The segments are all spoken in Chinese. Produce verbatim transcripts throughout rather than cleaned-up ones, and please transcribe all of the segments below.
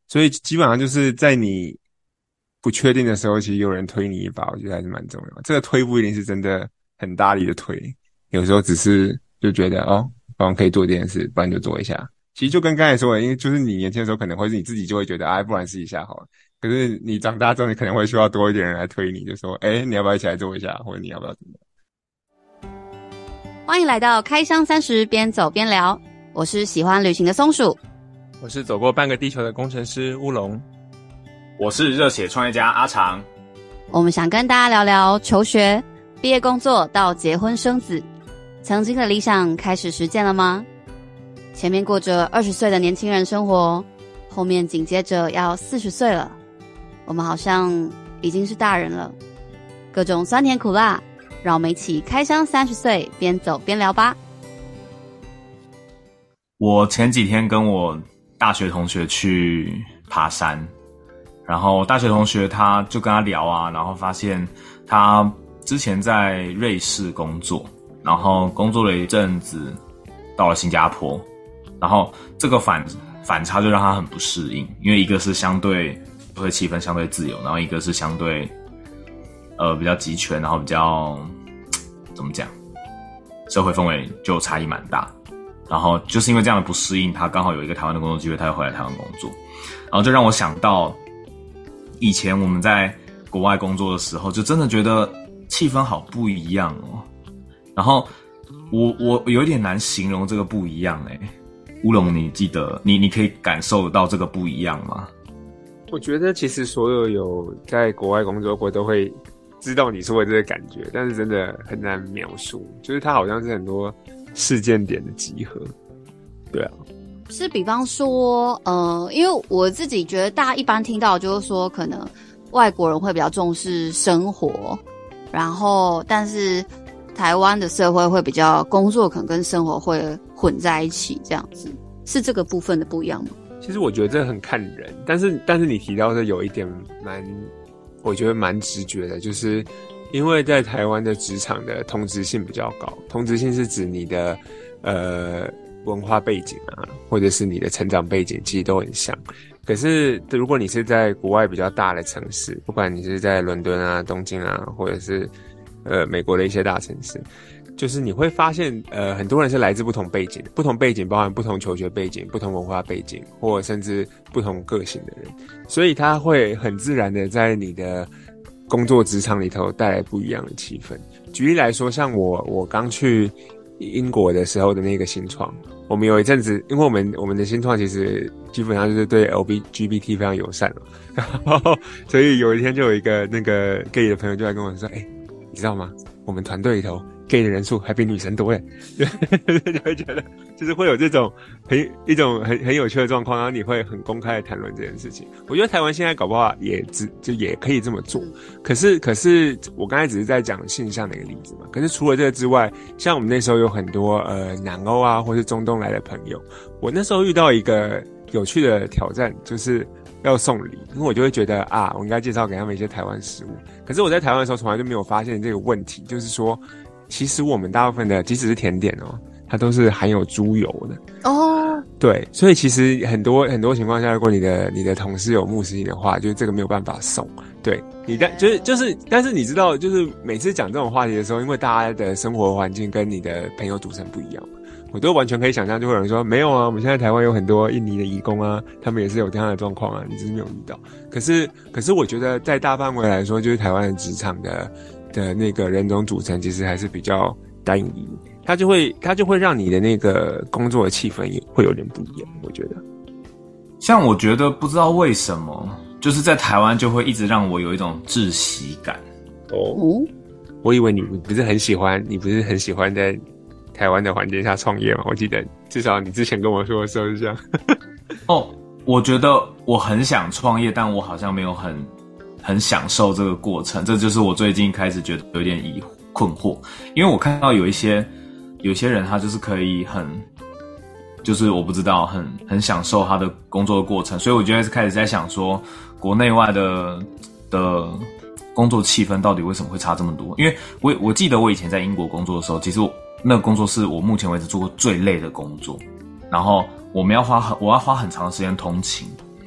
所以基本上就是在你不确定的时候，其实有人推你一把，我觉得还是蛮重要。这个推不一定是真的很大力的推，有时候只是就觉得哦，好像可以做这件事，不然就做一下。其实就跟刚才说的，因为就是你年轻的时候可能会是你自己就会觉得，哎，不然试一下好了。可是你长大之后，你可能会需要多一点人来推你，就说，哎，你要不要一起来做一下，或者你要不要怎么样？ 欢迎来到开箱三十，边走边聊。我是喜欢旅行的松鼠， 我是走过半个地球的工程师乌龙， 我是热血创业家阿长。 我们想跟大家聊聊求学、毕业工作到结婚生子，曾经的理想开始实践了吗？前面过着二十岁的年轻人生活，后面紧接着要四十岁了，我们好像已经是大人了。各种酸甜苦辣，让我们一起开箱三十岁，边走边聊吧。 我前几天跟我大学同学去爬山，然后大学同学他就跟他聊啊，然后发现他之前在瑞士工作，然后工作了一阵子，到了新加坡，然后这个反反差就让他很不适应，因为一个是相对社会气氛相对自由，然后一个是相对呃比较集权，然后比较怎么讲，社会氛围就差异蛮大。然后就是因为这样的不适应，他刚好有一个台湾的工作机会，他就回来台湾工作，然后就让我想到以前我们在国外工作的时候，就真的觉得气氛好不一样哦。然后我我有点难形容这个不一样诶。乌龙，你记得你你可以感受到这个不一样吗？ 我觉得其实所有有在国外工作过都会知道你说的这个感觉，但是真的很难描述，就是它好像是很多事件点的集合。对啊， 是比方说呃因为我自己觉得大家一般听到就是说可能外国人会比较重视生活，然后但是台湾的社会会比较工作可能跟生活会混在一起，这样子是这个部分的不一样吗？ 其实我觉得这很看人，但是但是你提到的有一点蛮我觉得蛮直觉的，就是因为在台湾的职场的同质性比较高，同质性是指你的呃文化背景啊，或者是你的成长背景其实都很像。可是如果你是在国外比较大的城市，不管你是在伦敦啊、东京啊，或者是呃美国的一些大城市，就是你会发现呃很多人是来自不同背景，不同背景包含不同求学背景、不同文化背景，或甚至不同个性的人，所以他会很自然的在你的工作职场里头带来不一样的气氛。举例来说，像我我刚去英国的时候的那个新创，我们有一阵子，因为我们我们的新创其实基本上就是对 L G B T 非常友善了，然后所以有一天就有一个那个 gay 的朋友就来跟我说，哎、欸，你知道吗？我们团队里头 gay 的人数还比女生多耶，就会觉得就是会有这种很一种很很有趣的状况，然后你会很公开的谈论这件事情。我觉得台湾现在搞不好也只就也可以这么做，可是可是我刚才只是在讲性向的一个例子嘛。可是除了这个之外，像我们那时候有很多呃南欧啊或是中东来的朋友，我那时候遇到一个有趣的挑战，就是要送礼，因为我就会觉得啊，我应该介绍给他们一些台湾食物。可是我在台湾的时候从来就没有发现这个问题，就是说其实我们大部分的即使是甜点哦，它都是含有猪油的哦。对，所以其实很多很多情况下，如果你的你的同事有穆斯林的话，就是这个没有办法送。对，你但就是就是，但是你知道，就是每次讲这种话题的时候，因为大家的生活环境跟你的朋友组成不一样嘛，我都完全可以想象，就会有人说没有啊，我们现在台湾有很多印尼的移工啊，他们也是有这样的状况啊，你只是没有遇到。可是可是我觉得在大范围来说，就是台湾的职场的的那个人种组成其实还是比较单一，它就会它就会让你的那个工作的气氛也会有点不一样，我觉得。 像我觉得不知道为什么，就是在台湾就会一直让我有一种窒息感。 哦，我以为你不是很喜欢，你不是很喜欢在台湾的环境下创业吗？我记得至少你之前跟我说的时候是这样。 哦，我觉得我很想创业，但我好像没有很很享受这个过程，这就是我最近开始觉得有点疑困惑，因为我看到有一些有一些人他就是可以很。就是我不知道很很享受他的工作的过程，所以我就开始在想说，国内外的的工作气氛到底为什么会差这么多？因为我我记得我以前在英国工作的时候，其实我那个工作是我目前为止做过最累的工作，然后我们要花很我要花很长的时间通勤，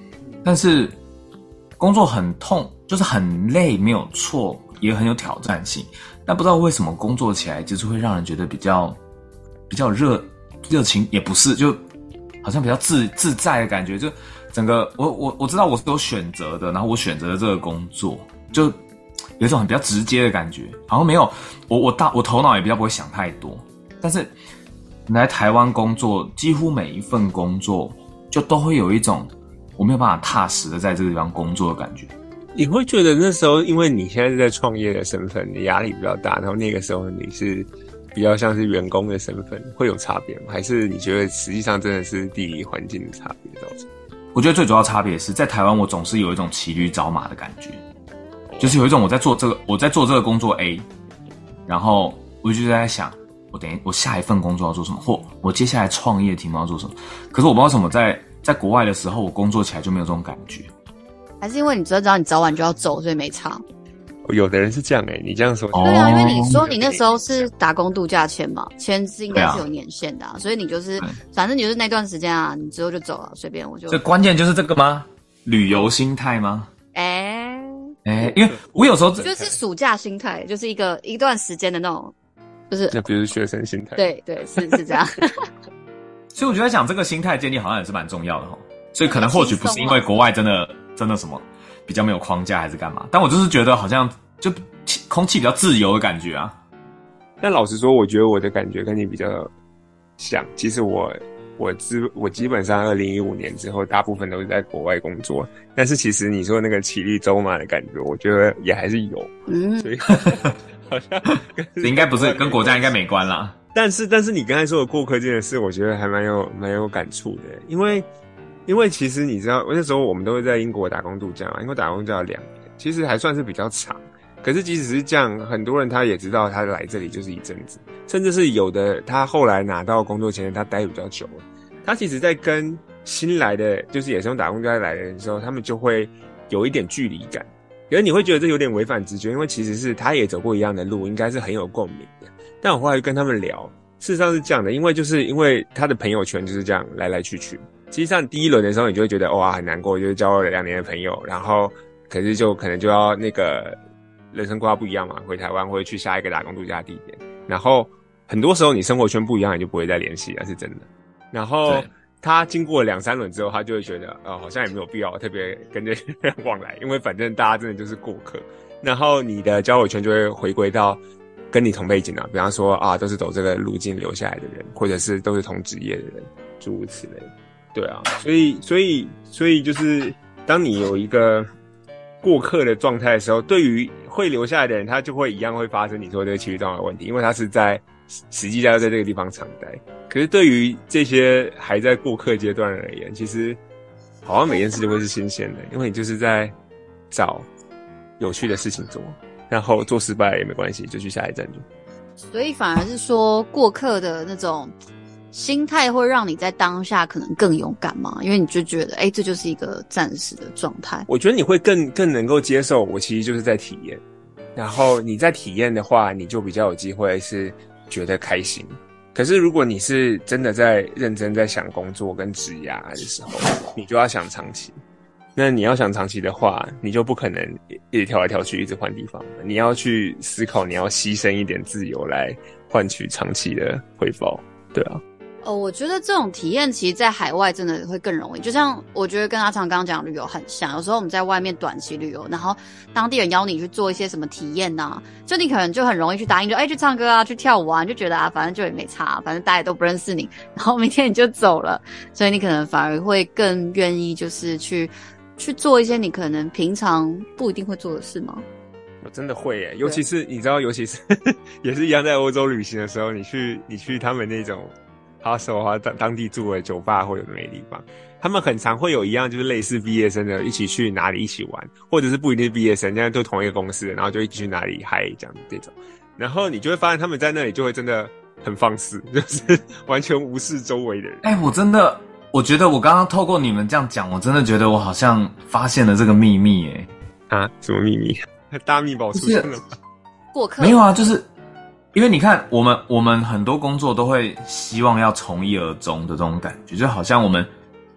但是工作很痛，就是很累，没有错，也很有挑战性。但不知道为什么工作起来就是会让人觉得比较比较热热情，也不是，就好像比较自自在的感觉。就整个我我我知道我是有选择的，然后我选择了这个工作，就有一种很比较直接的感觉，好像没有我我大我头脑也比较不会想太多。但是来台湾工作，几乎每一份工作就都会有一种我没有办法踏实的在这个地方工作的感觉。 你会觉得那时候，因为你现在是在创业的身份，你压力比较大，然后那个时候你是比较像是员工的身份，会有差别吗？还是你觉得实际上真的是地理环境的差别造成？ 我觉得最主要差别是在台湾，我总是有一种骑驴找马的感觉，就是有一种我在做这个我在做这个工作 A， 然后我就在想，我等一我下一份工作要做什么，或我接下来创业题目要做什么。可是我不知道为什么在在国外的时候，我工作起来就没有这种感觉。 还是因为你知道你早晚就要走，所以没差。 有的人是这样诶、欸，你这样说。 对啊，因为你说你那时候是打工度假签嘛，签是应该是有年限的、啊，所以你就是反正你就是那段时间啊，你之后就走了，随便我就。 这关键就是这个吗？旅游心态吗？ 哎哎、欸，因为我有时候就是暑假心态，就是一个一段时间的那种，就是那比如学生心态。 对对，是是这样。 所以我觉得讲这个心态建立好像也是蛮重要的齁。所以可能或许不是因为国外真的真的什么比较没有框架还是干嘛，但我就是觉得好像就空气比较自由的感觉啊。 但老实说，我觉得我的感觉跟你比较像。其实我我基我基本上二零一五年之后，大部分都是在国外工作。但是其实你说那个骑驴找马的感觉，我觉得也还是有。嗯，所以好像应该不是跟国家应该没关啦。 但是但是你刚才说的过客这件事，我觉得还蛮有蛮有感触的，因为。因为其实你知道，那时候我们都会在英国打工度假嘛，英国打工度假两年，其实还算是比较长。可是即使是这样，很多人他也知道他来这里就是一阵子，甚至是有的他后来拿到工作签，他待比较久了，他其实在跟新来的就是也是用打工度假来的人的时候，他们就会有一点距离感。可是你会觉得这有点违反直觉，因为其实是他也走过一样的路，应该是很有共鸣的。但我后来跟他们聊，事实上是这样的，因为就是因为他的朋友圈就是这样来来去去。实际上第一轮的时候，你就会觉得哇很难过，就是交了两年的朋友，然后可是就可能就要那个人生规划不一样嘛，回台湾或者去下一个打工度假地点，然后很多时候你生活圈不一样，你就不会再联系了，是真的。然后他经过两三轮之后，他就会觉得哦，好像也没有必要特别跟这些人往来，因为反正大家真的就是过客。然后你的交友圈就会回归到跟你同背景啊，比方说啊，都是走这个路径留下来的人，或者是都是同职业的人，诸如此类。对啊，所以所以所以就是当你有一个过客的状态的时候，对于会留下来的人，他就会一样会发生你说这个骑驴找马的问题，因为他是在实际上要在这个地方常待。可是对于这些还在过客阶段而言，其实好像每件事就会是新鲜的，因为你就是在找有趣的事情做，然后做失败也没关系，就去下一站就。 所以反而是说过客的那种心态会让你在当下可能更勇敢嘛，因为你就觉得，哎、欸，这就是一个暂时的状态。 我觉得你会更更能够接受，我其实就是在体验。然后你在体验的话，你就比较有机会是觉得开心。可是如果你是真的在认真在想工作跟职涯的时候，你就要想长期。那你要想长期的话，你就不可能一直跳来跳去，一直换地方。你要去思考，你要牺牲一点自由来换取长期的回报，对啊。 哦，我觉得这种体验其实在海外真的会更容易，就像我觉得跟阿长刚刚讲旅游很像，有时候我们在外面短期旅游，然后当地人邀你去做一些什么体验啊，就你可能就很容易去答应，就哎、欸、去唱歌啊，去跳舞啊，你就觉得啊反正就也没差，反正大家也都不认识你，然后明天你就走了，所以你可能反而会更愿意就是去去做一些你可能平常不一定会做的事吗？ 我真的会耶，尤其是你知道，尤其是也是一样在欧洲旅行的时候，你去你去他们那种hostel啊，当当地住的酒吧或者没地方，他们很常会有一样就是类似毕业生的一起去哪里一起玩，或者是不一定是毕业生，现在都同一个公司的，然后就一起去哪里嗨这样这种，然后你就会发现他们在那里就会真的很放肆，就是完全无视周围的人。 哎、欸，我真的，我觉得我刚刚透过你们这样讲，我真的觉得我好像发现了这个秘密耶。 啊？什么秘密？大秘宝出现了吗？ 过客没有啊，就是因为你看，我们我们很多工作都会希望要从一而终的这种感觉，就好像我们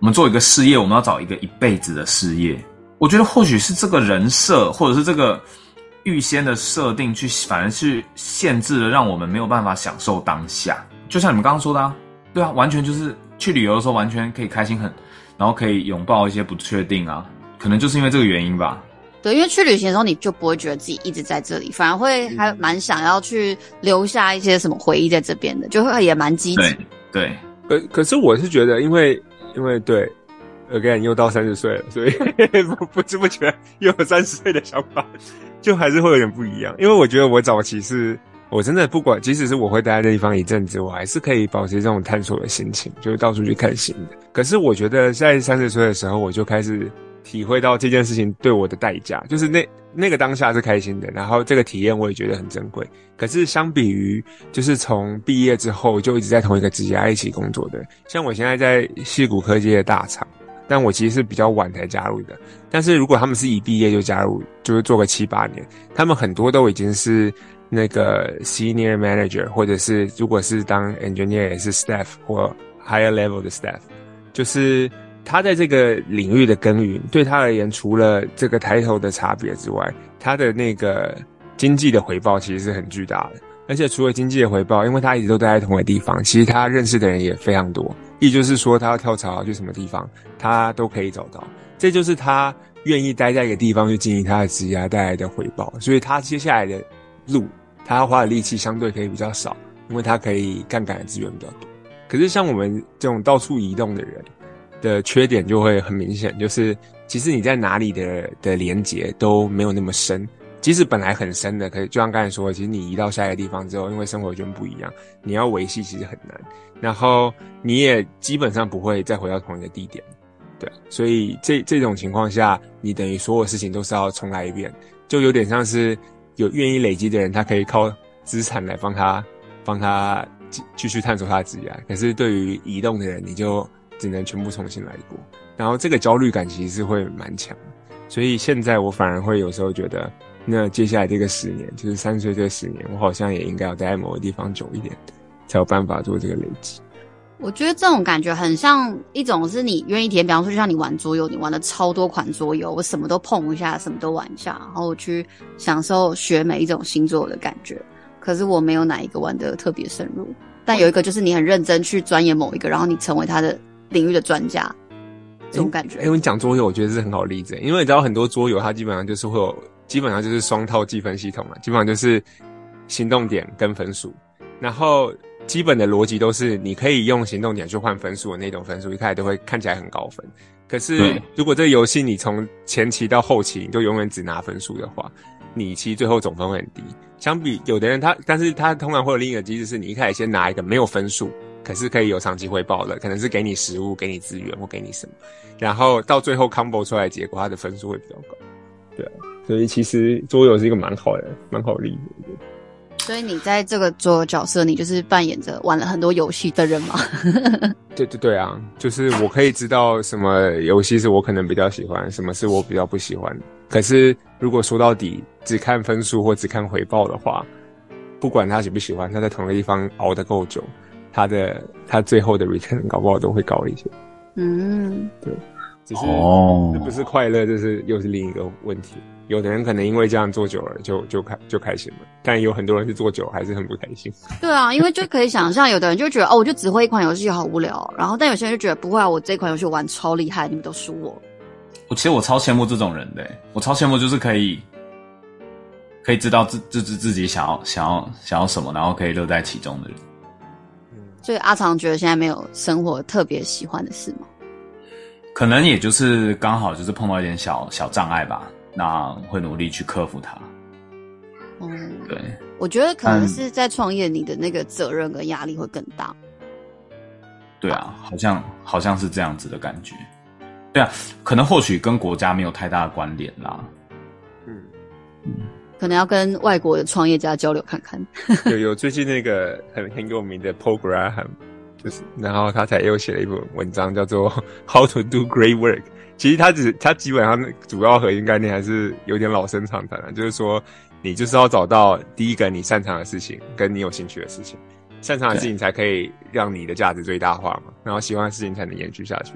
我们做一个事业，我们要找一个一辈子的事业。我觉得或许是这个人设，或者是这个预先的设定去，反而是限制了，让我们没有办法享受当下。就像你们刚刚说的啊，对啊，完全就是去旅游的时候，完全可以开心很，然后可以拥抱一些不确定啊，可能就是因为这个原因吧。 对，因为去旅行的时候，你就不会觉得自己一直在这里，反而会还蛮想要去留下一些什么回忆在这边的，就会也蛮积极。 对对， 可可是我是觉得，因为因为对 ，again 又到三十岁了，所以不不知不觉又有三十岁的想法，就还是会有点不一样。因为我觉得我早期是，我真的不管，即使是我会待在这地方一阵子，我还是可以保持这种探索的心情，就是到处去看新的。可是我觉得在三十岁的时候，我就开始体会到这件事情对我的代价，就是那那个当下是开心的，然后这个体验我也觉得很珍贵。可是相比于就是从毕业之后就一直在同一个职涯一起工作的，像我现在在矽谷科技的大厂，但我其实是比较晚才加入的。但是如果他们是一毕业就加入，就是做个七八年，他们很多都已经是那个 senior manager， 或者是如果是当 engineer 也是 staff 或 higher level 的 staff， 就是他在这个领域的耕耘，对他而言，除了这个抬头的差别之外，他的那个经济的回报其实是很巨大的。而且除了经济的回报，因为他一直都待在同一个地方，其实他认识的人也非常多。也就是说，他要跳槽要去什么地方，他都可以找到。这就是他愿意待在一个地方去经营他的职业带来的回报。所以他接下来的路，他要花的力气相对可以比较少，因为他可以杠杆的资源比较多。可是像我们这种到处移动的人的缺点就会很明显，就是其实你在哪里的的连结都没有那么深，即使本来很深的，可是就像刚才说的，其实你移到下一个地方之后，因为生活圈不一样，你要维系其实很难，然后你也基本上不会再回到同一个地点，对，所以这这种情况下，你等于所有事情都是要重来一遍，就有点像是有愿意累积的人，他可以靠资产来帮他帮他继续探索他的职业，可是对于移动的人，你就只能全部重新来过，然后这个焦虑感其实是会蛮强的，所以现在我反而会有时候觉得，那接下来这个十年，就是三十岁这十年，我好像也应该要待在某个地方久一点，才有办法做这个累积。 我觉得这种感觉很像一种是你愿意体验，比方说就像你玩桌游，你玩了超多款桌游，我什么都碰一下，什么都玩一下，然后我去享受学每一种星座的感觉。可是我没有哪一个玩得特别深入，但有一个就是你很认真去钻研某一个，然后你成为他的领域的专家，这种感觉。 因为你讲桌游，我觉得是很好的例子，因为你知道很多桌游它基本上就是会有，基本上就是双套计分系统嘛，基本上就是行动点跟分数，然后基本的逻辑都是你可以用行动点去换分数的那种分数，一开始都会看起来很高分。可是如果这个游戏你从前期到后期你就永远只拿分数的话，你其实最后总分会很低。相比有的人他，但是他通常会有另一个机制，是你一开始先拿一个没有分数，可是可以有长期回报的，可能是给你食物、给你资源或给你什么，然后到最后 combo 出来的结果，它的分数会比较高。对啊，所以其实桌游是一个蛮好的、蛮好的例子，我觉得。 所以你在这个桌游角色，你就是扮演着玩了很多游戏的人吗？ 对对对啊，就是我可以知道什么游戏是我可能比较喜欢，什么是我比较不喜欢。可是如果说到底只看分数或只看回报的话，不管他喜不喜欢，他在同一个地方熬得够久，他的他最后的 return 搞不好都会高一些。嗯，对，只是这不是快乐，这是又是另一个问题。有的人可能因为这样做久了就就开就开心了，但有很多人是做久还是很不开心。 对啊，因为就可以想象，有的人就觉得哦，我就只会一款游戏好无聊，然后但有些人就觉得不会啊，我这款游戏玩超厉害，你们都输我。 我其实我超羡慕这种人的，我超羡慕就是可以可以知道自自自自己想要想要想要什么，然后可以乐在其中的人。 所以阿长觉得现在没有生活特别喜欢的事吗？ 可能也就是刚好就是碰到一点小小障碍吧，那会努力去克服它。 嗯， 对， 我觉得可能是在创业，你的那个责任跟压力会更大。 对啊，好像好像是这样子的感觉。对啊，可能或许跟国家没有太大的关联啦。 嗯嗯，可能要跟外国的创业家交流看看。 有有最近那个很很有名的 Paul Graham， 就是然后他才又写了一本文章叫做 How to Do Great Work。其实他只他基本上主要核心概念还是有点老生常谈了，就是说你就是要找到第一个你擅长的事情跟你有兴趣的事情，擅长的事情才可以让你的价值最大化嘛，然后喜欢的事情才能延续下去。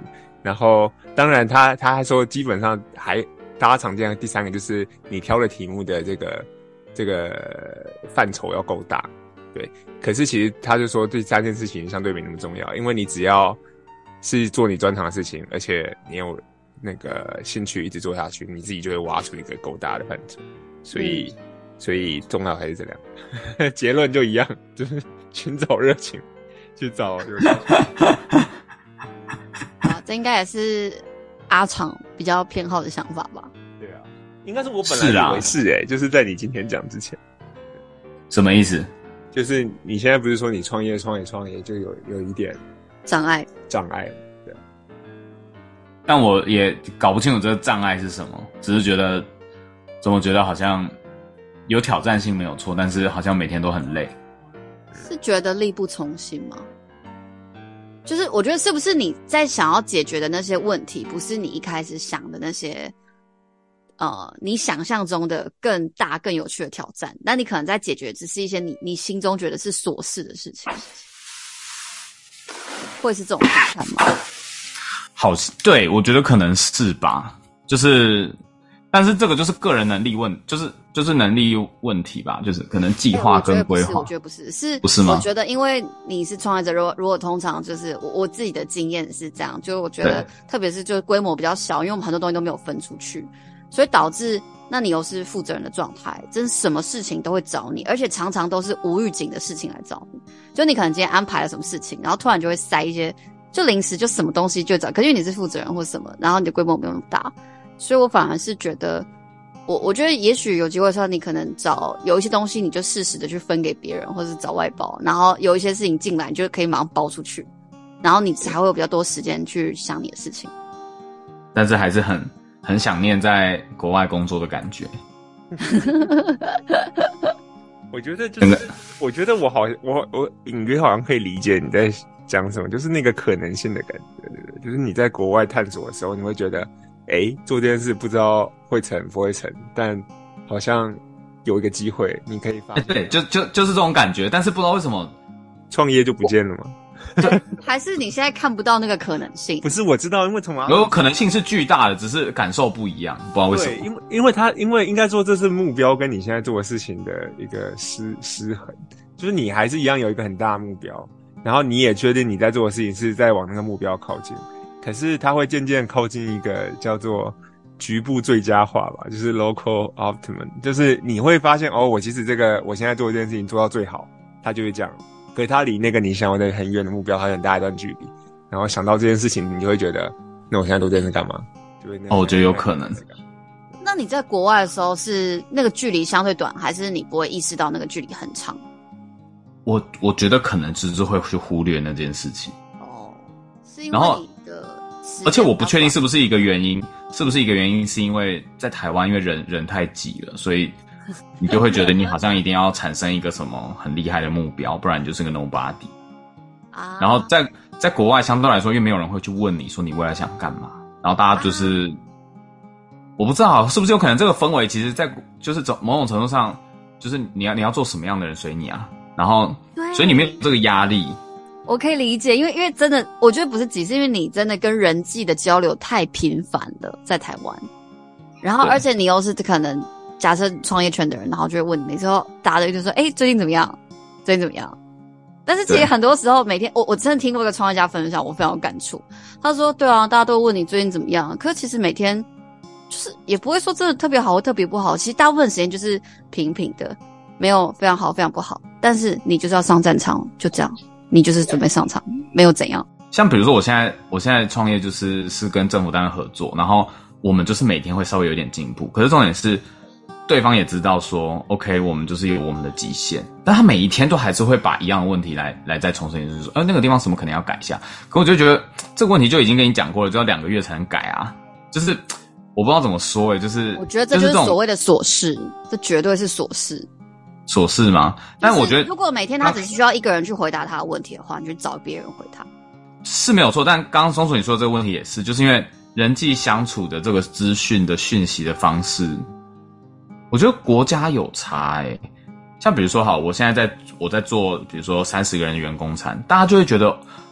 然后当然他他还说基本上还大家常见的第三个就是你挑的题目的这个这个范畴要够大，对。可是其实他就说这三件事情相对没那么重要，因为你只要是做你专长的事情，而且你有那个兴趣一直做下去，你自己就会挖出一个够大的范畴。所以、嗯、所以重要还是这两个结论就一样，就是寻找热情，去找热情。 啊，这应该也是阿长比较偏好的想法吧？ 对啊，应该是我本来以为是诶、欸，就是在你今天讲之前。 什么意思？ 就是你现在不是说你创业创业创业就有有一点障碍障碍，对。 但我也搞不清楚这个障碍是什么，只是觉得怎么觉得好像有挑战性没有错，但是好像每天都很累。 是觉得力不从心吗？就是我觉得是不是你在想要解决的那些问题，不是你一开始想的那些呃，你想象中的更大更有趣的挑战，但你可能在解决只是一些你你心中觉得是琐事的事情，会是这种状态吗？ 好，对，我觉得可能是吧，就是但是这个就是个人能力问，就是就是能力问题吧，就是可能计划跟规划。 我觉得不是，是不是吗？ 我觉得因为你是创业者，如果如果通常就是我我自己的经验是这样，就是我觉得特别是就是规模比较小，因为我们很多东西都没有分出去。所以导致，那你又是负责人的状态，真什么事情都会找你，而且常常都是无预警的事情来找你。就你可能今天安排了什么事情，然后突然就会塞一些，就临时就什么东西就找，可是因为你是负责人或什么，然后你的规模没有那么大，所以我反而是觉得，我我觉得也许有机会的时候，你可能找有一些东西，你就适时的去分给别人，或者是找外包，然后有一些事情进来，你就可以马上包出去，然后你才会有比较多时间去想你的事情。 但是还是很。很想念在国外工作的感觉。 我觉得就是，我觉得我好，我我隐约好像可以理解你在讲什么，就是那个可能性的感觉，对不对？就是你在国外探索的时候，你会觉得，哎，做这件事不知道会成不会成，但好像有一个机会，你可以发现。 对，就就就是这种感觉，但是不知道为什么创业就不见了吗？ 还是你现在看不到那个可能性？ 不是，我知道，因为从有可能性是巨大的，只是感受不一样，不知道为什么。 对，因为因为他因为应该说这是目标跟你现在做的事情的一个失失衡，就是你还是一样有一个很大的目标，然后你也确定你在做的事情是在往那个目标靠近，可是它会渐渐靠近一个叫做局部最佳化吧，就是 local optimum， 就是你会发现哦，我其实这个我现在做这件事情做到最好，它就会这样。可是它离那个你想要的很远的目标还有很大一段距离，然后想到这件事情，你就会觉得，那我现在做这件事干嘛？就会那哦，我觉得有可能。 那你在国外的时候是那个距离相对短，还是你不会意识到那个距离很长？ 我我觉得可能只是会去忽略那件事情。 哦，是因为你的， 而且我不确定是不是一个原因，是不是一个原因是因为在台湾，因为人人太挤了，所以。你就会觉得你好像一定要产生一个什么很厉害的目标，不然你就是个 nobody。啊，然后在在国外相对来说，因为没有人会去问你说你未来想干嘛，然后大家就是，啊、我不知道是不是有可能这个氛围，其实在就是某种程度上，就是你要你要做什么样的人随你啊，然后所以你没有这个压力。 我可以理解，因为因为真的，我觉得不是挤，是因为你真的跟人际的交流太频繁了，在台湾，然后而且你又是可能。假设创业圈的人，然后就会问你，每次都大家就说：“哎、欸，最近怎么样？最近怎么样？”但是其实很多时候，每天我我真的听过一个创业家分享，我非常有感触。他说：“对啊，大家都问你最近怎么样，可是其实每天就是也不会说真的特别好或特别不好，其实大部分时间就是平平的，没有非常好非常不好。但是你就是要上战场，就这样，你就是准备上场，没有怎样。 像比如说，我现在我现在创业就是是跟政府单位合作，然后我们就是每天会稍微有点进步，可是重点是。”对方也知道说 ，OK， 我们就是有我们的极限，但他每一天都还是会把一样的问题来来再重申一次，就是说，呃，那个地方什么可能要改一下。可我就觉得这个问题就已经跟你讲过了，就要两个月才能改啊，就是我不知道怎么说诶、欸，就是我觉得这就是所谓的琐事，这绝对是琐事。 琐事吗？但我觉得， 如果每天他只是需要一个人去回答他的问题的话，你就找别人回答是没有错。但刚刚松鼠你说的这个问题也是，就是因为人际相处的这个资讯的讯息的方式。我觉得国家有差诶、欸，像比如说好，我现在在我在做，比如说三十个人的员工餐，大家就会觉得，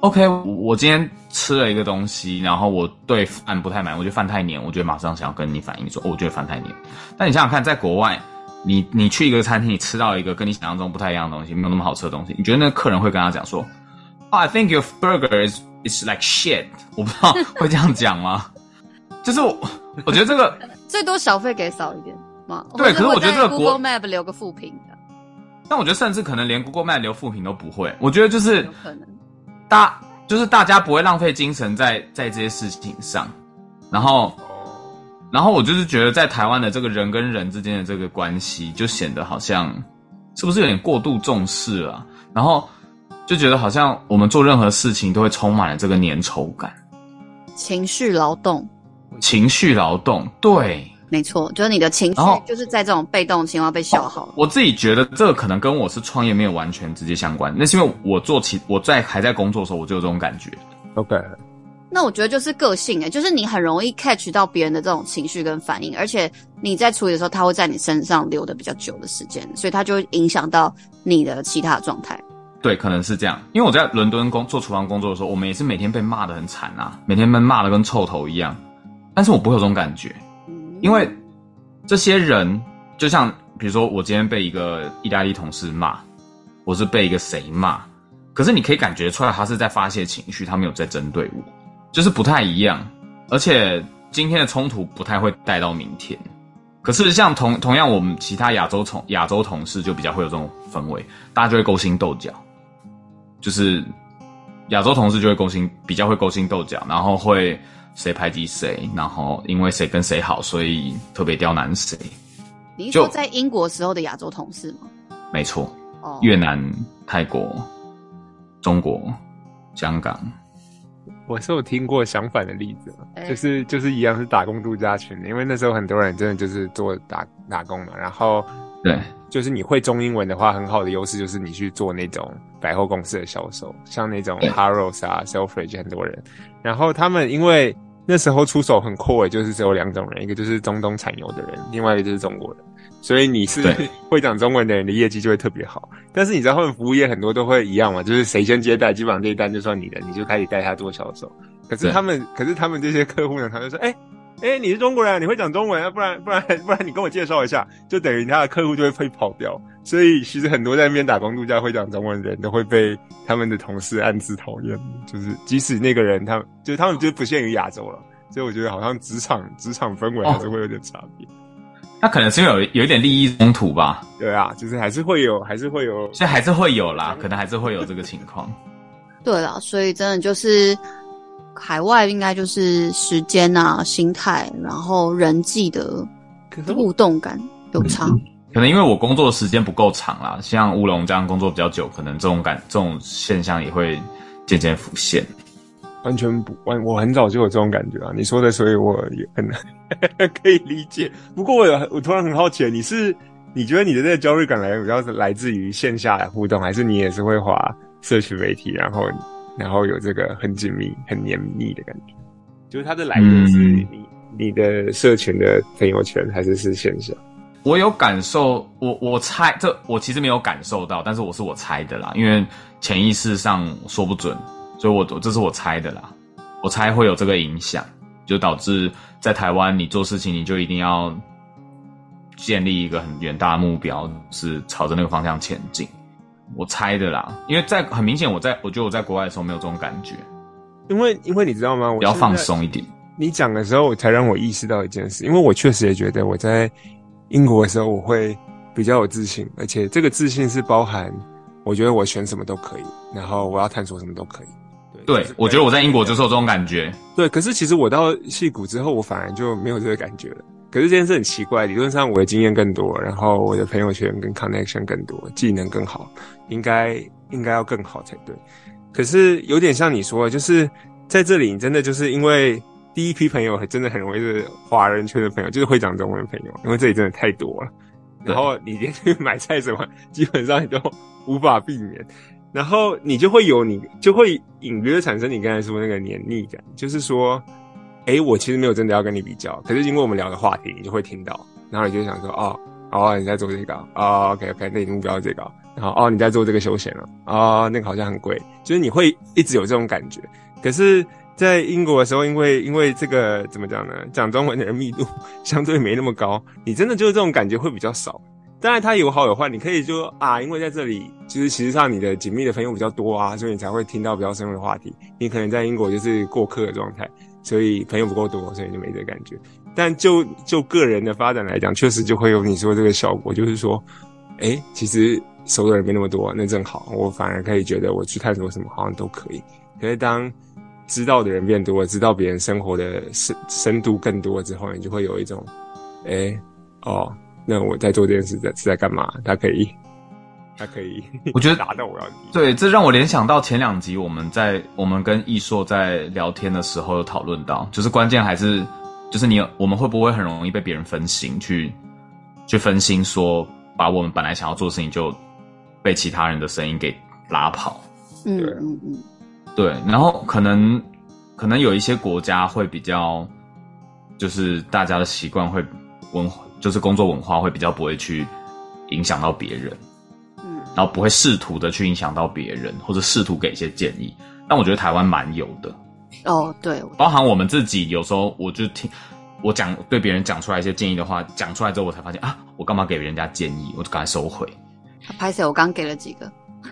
OK， 我今天吃了一个东西，然后我对饭不太满，我觉得饭太黏，我就会马上想要跟你反映说，哦，我觉得饭太黏。但你想想看，在国外，你你去一个餐厅，你吃到一个跟你想象中不太一样的东西，没有那么好吃的东西，你觉得那个客人会跟他讲说 ，Oh, I think your burger is is like shit？ 我不知道会这样讲吗？就是我我觉得这个最多小费给少一点嘛。 对，可是我觉得这个国 Google Map 留个负评的。 但我觉得甚至可能连 Google Map 留负评都不会。我觉得就是有可能大就是大家不会浪费精神在在这些事情上，然后然后我就是觉得在台湾的这个人跟人之间的这个关系，就显得好像是不是有点过度重视了、啊，然后就觉得好像我们做任何事情都会充满了这个粘稠感， 情绪劳动， 情绪劳动，对。 没错，就是你的情绪就是在这种被动情况被消耗、哦。 我自己觉得这个可能跟我是创业没有完全直接相关，那是因为我做起我在还在工作的时候我就有这种感觉。 OK， 那我觉得就是个性诶，就是你很容易 catch 到别人的这种情绪跟反应，而且你在处理的时候，他会在你身上留的比较久的时间，所以它就会影响到你的其他的状态。 对，可能是这样。因为我在伦敦工做厨房工作的时候，我们也是每天被骂得很惨啊，每天被骂得跟臭头一样，但是我不会有这种感觉。因为这些人就像比如说我今天被一个意大利同事骂，我是被一个谁骂，可是你可以感觉出来他是在发泄情绪，他没有在针对我，就是不太一样。而且今天的冲突不太会带到明天。可是像同同样我们其他亚洲同亚洲同事就比较会有这种氛围，大家就会勾心斗角，就是亚洲同事就会勾心比较会勾心斗角，然后会谁排挤谁，然后因为谁跟谁好，所以特别刁难谁。 你是说在英国时候的亚洲同事吗？ 没错， 哦， 越南、泰国、中国、香港。 我是有听过相反的例子， 欸、 就是就是一样是打工度假群的，因为那时候很多人真的就是做打打工嘛，然后对， 就是你会中英文的话，很好的优势就是你去做那种百货公司的销售，像那种 Harrods 啊 Selfridge 很多人，然后他们因为那时候出手很阔诶，就是只有两种人，一个就是中东产油的人，另外一个就是中国人，所以你是会讲中文的人的业绩就会特别好。但是你知道他们服务业很多都会一样嘛，就是谁先接待，基本上这一单就算你的，你就开始带他做销售。可是他们，可是他们这些客户呢，他就说，哎、欸。哎、欸，你是中国人，你会讲中文啊？不然不然不然，你跟我介绍一下，就等于他的客户就会被跑掉。所以其实很多在那边打工度假会讲中文的人都会被他们的同事暗自讨厌。就是即使那个人他就是他们就不限于亚洲了，所以我觉得好像职场职场氛围还是会有点差别。 那、哦、可能是因为有有一点利益冲突吧？ 对啊，就是还是会有，还是会有， 所以还是会有啦，可能还是会有这个情况。 对啦，所以真的就是。海外应该就是时间啊、心态，然后人际的互动感有差。 可能因为我工作的时间不够长啦，像乌龙这样工作比较久，可能这种感、这种现象也会渐渐浮现。 完全不，我很早就有这种感觉啊！你说的，所以我也很可以理解。不过我有，我突然很好奇，你是你觉得你的这个焦虑感来比较来自于线下的互动，还是你也是会滑社群媒体，然后？然后有这个很紧密、很黏密的感觉，就是它的来源是你、嗯、你的社群的朋友圈，还是是线下？ 我有感受，我我猜这我其实没有感受到，但是我是我猜的啦，因为潜意识上说不准，所以我这是我猜的啦。我猜会有这个影响，就导致在台湾你做事情你就一定要建立一个很远大的目标，是朝着那个方向前进。我猜的啦，因为在很明显，我在我觉得我在国外的时候没有这种感觉， 因为因为你知道吗？我比较放松一点。 你讲的时候，我才让我意识到一件事，因为我确实也觉得我在英国的时候，我会比较有自信，而且这个自信是包含，我觉得我选什么都可以，然后我要探索什么都可以。 对，对我觉得我在英国就是有这种感觉。 对，可是其实我到矽谷之后，我反而就没有这个感觉了。可是这件事很奇怪，理论上我的经验更多，然后我的朋友圈跟 connection 更多，技能更好，应该应该要更好才对。可是有点像你说的，就是在这里你真的就是因为第一批朋友真的很容易是华人圈的朋友，就是会讲中文的朋友，因为这里真的太多了。然后你连去买菜什么，基本上你都无法避免。然后你就会有你就会隐约产生你刚才说那个黏腻感，就是说。诶，我其实没有真的要跟你比较，可是因为我们聊的话题，你就会听到，然后你就想说，哦，哦，你在做这个，哦 ，OK OK，那你目标是这个， 然后哦你在做这个休闲了，哦那个好像很贵，就是你会一直有这种感觉。可是在英国的时候，因为因为这个怎么讲呢？讲中文的人密度相对没那么高，你真的就是这种感觉会比较少。当然它有好有坏，你可以就啊，因为在这里就是其实上你的紧密的朋友比较多啊，所以你才会听到比较深入的话题。你可能在英国就是过客的状态，所以朋友不够多，所以就没这个感觉。但就就个人的发展来讲，确实就会有你说这个效果，就是说，诶，其实熟的人没那么多，那正好，我反而可以觉得我去探索什么好像都可以。可是当知道的人变多，知道别人生活的深深度更多之后，你就会有一种，诶，哦。那我在做这件事在是在干嘛？它可以，它可以， 我觉得达到我要的。 对，这让我联想到前两集我们在我们跟易硕在聊天的时候有讨论到，就是关键还是就是你我们会不会很容易被别人分心，去去分心说把我们本来想要做的事情就被其他人的声音给拉跑。 嗯嗯嗯， 对，然后可能可能有一些国家会比较，就是大家的习惯会文化。就是工作文化会比较不会去影响到别人，嗯，然后不会试图的去影响到别人，或者试图给一些建议。但我觉得台湾蛮有的， 哦，对， 包含我们自己有时候我就听我讲对别人讲出来一些建议的话，讲出来之后我才发现啊，我干嘛给人家建议，我就赶快收回。 拍摄我刚给了几个，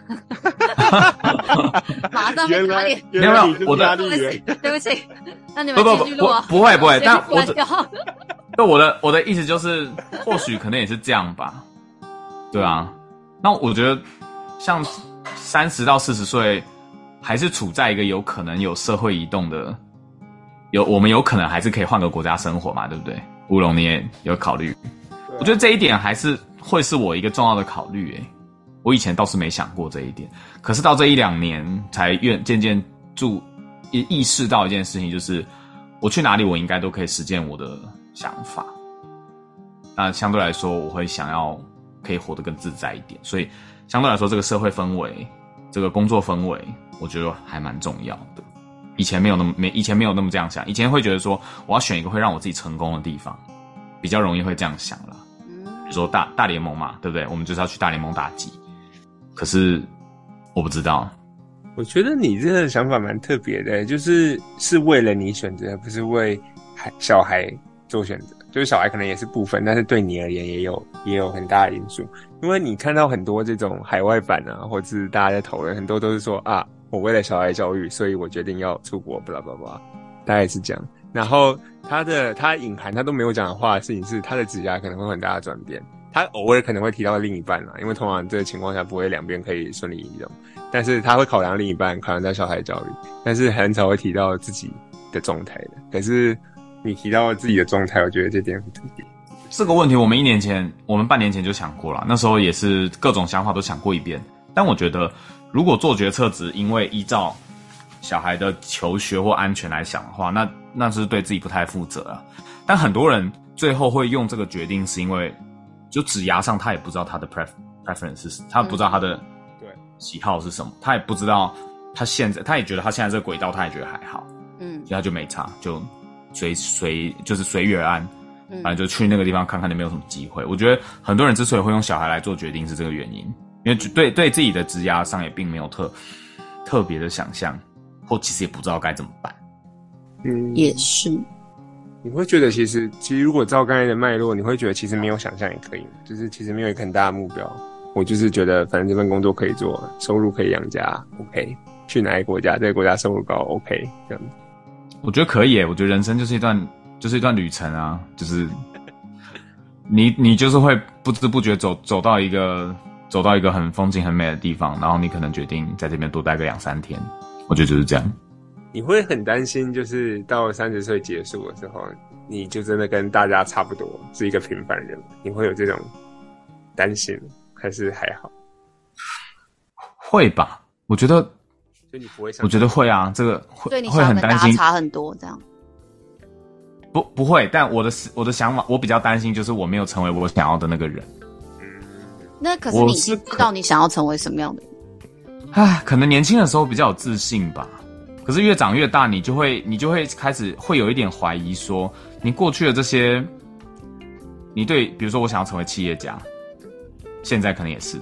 马上被打脸。 没有没有，我的对不起，那你们继续录啊。 不会不会，但我对我的我的意思就是，或许可能也是这样吧，对啊。那我觉得，像三十到四十岁，还是处在一个有可能有社会移动的，有我们有可能还是可以换个国家生活嘛，对不对？乌龙你也有考虑，我觉得这一点还是会是我一个重要的考虑诶。我以前倒是没想过这一点，可是到这一两年才越渐渐注意识到一件事情，就是我去哪里，我应该都可以实践我的想法。那相对来说，我会想要可以活得更自在一点，所以相对来说，这个社会氛围、这个工作氛围，我觉得还蛮重要的。以前没有那么没以前没有那么这样想，以前会觉得说我要选一个会让我自己成功的地方，比较容易会这样想啦。比如说大大联盟嘛，对不对？我们就是要去大联盟打击。可是我不知道， 我觉得你这个想法蛮特别的，就是是为了你选择，不是为孩小孩做选择。就是小孩可能也是部分，但是对你而言也有也有很大的因素。因为你看到很多这种海外版啊，或者是大家在讨论，很多都是说啊，我为了小孩教育，所以我决定要出国，巴拉巴拉，大概是这样。然后他的他隐含他都没有讲的话的事情是，他的职涯可能会有很大的转变。他偶尔可能会提到另一半啦，因为通常这个情况下不会两边可以顺利移动，但是他会考量另一半，考量到小孩教育，但是很少会提到自己的状态的。可是你提到自己的状态，我觉得这点很特别。 这个问题我们一年前，我们半年前就想过了，那时候也是各种想法都想过一遍。但我觉得，如果做决策只因为依照小孩的求学或安全来想的话，那那是对自己不太负责啊。但很多人最后会用这个决定，是因为就职涯上他也不知道他的 preference 是，他不知道他的对喜好是什么，他也不知道他现在，他也觉得他现在这个轨道，他也觉得还好，嗯，所以他就没差，就随随就是随遇而安，反正就去那个地方看看有没有什么机会。我觉得很多人之所以会用小孩来做决定是这个原因，因为对对自己的职涯上也并没有特特别的想象，或其实也不知道该怎么办。 嗯，也是。 你会觉得其实其实如果照刚才的脉络，你会觉得其实没有想象也可以，就是其实没有一个很大的目标。我就是觉得反正这份工作可以做，收入可以养家 OK， 去哪个国家这个国家收入高 OK， 这样子。 我觉得可以耶，我觉得人生就是一段就是一段旅程啊，就是你你就是会不知不觉走走到一个走到一个很风景很美的地方，然后你可能决定在这边多待个两三天。我觉得就是这样。 你会很担心，就是到三十岁结束的时候，你就真的跟大家差不多是一个平凡人，你会有这种担心，还是还好？ 会吧，我觉得， 就你不会想， 我觉得会啊，这个会对你会很担心， 差很多这样。 不不会，但我的我的想法，我比较担心就是我没有成为我想要的那个人。 嗯，那可是你知道你想要成为什么样的人？ 唉，可能年轻的时候比较有自信吧。可是越长越大，你就会你就会开始会有一点怀疑说，你过去的这些，你对，比如说我想要成为企业家，现在可能也是，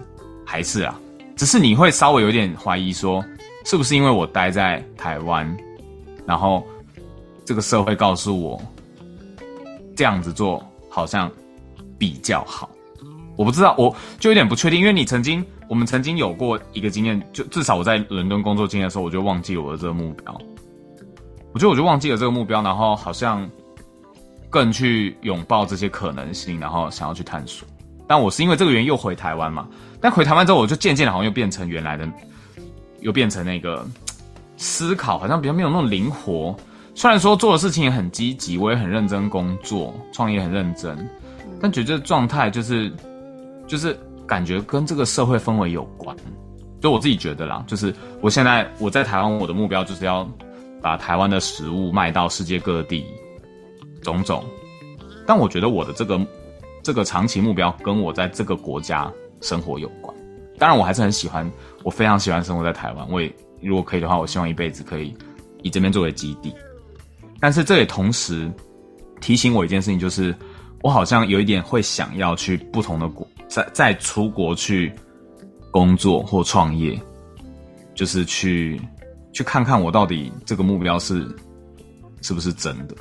还是啊，只是你会稍微有点怀疑说，是不是因为我待在台湾，然后这个社会告诉我这样子做好像比较好。我不知道，我就有点不确定，因为你曾经，我们曾经有过一个经验，就至少我在伦敦工作经验的时候，我就忘记了我的这个目标。我觉得我就忘记了这个目标，然后好像更去拥抱这些可能性，然后想要去探索。但我是因为这个原因又回台湾嘛，但回台湾之后，我就渐渐的好像又变成原来的，又变成那个思考，好像比较没有那种灵活。虽然说做的事情也很积极，我也很认真工作，创业很认真，但觉得这个状态就是就是感觉跟这个社会氛围有关。就我自己觉得啦，就是我现在我在台湾，我的目标就是要把台湾的食物卖到世界各地，种种。但我觉得我的这个这个长期目标跟我在这个国家生活有关。当然，我还是很喜欢，我非常喜欢生活在台湾。我也如果可以的话，我希望一辈子可以以这边作为基地。但是这也同时提醒我一件事情，就是我好像有一点会想要去不同的国，再再出国去工作或创业，就是去去看看我到底这个目标是是不是真的。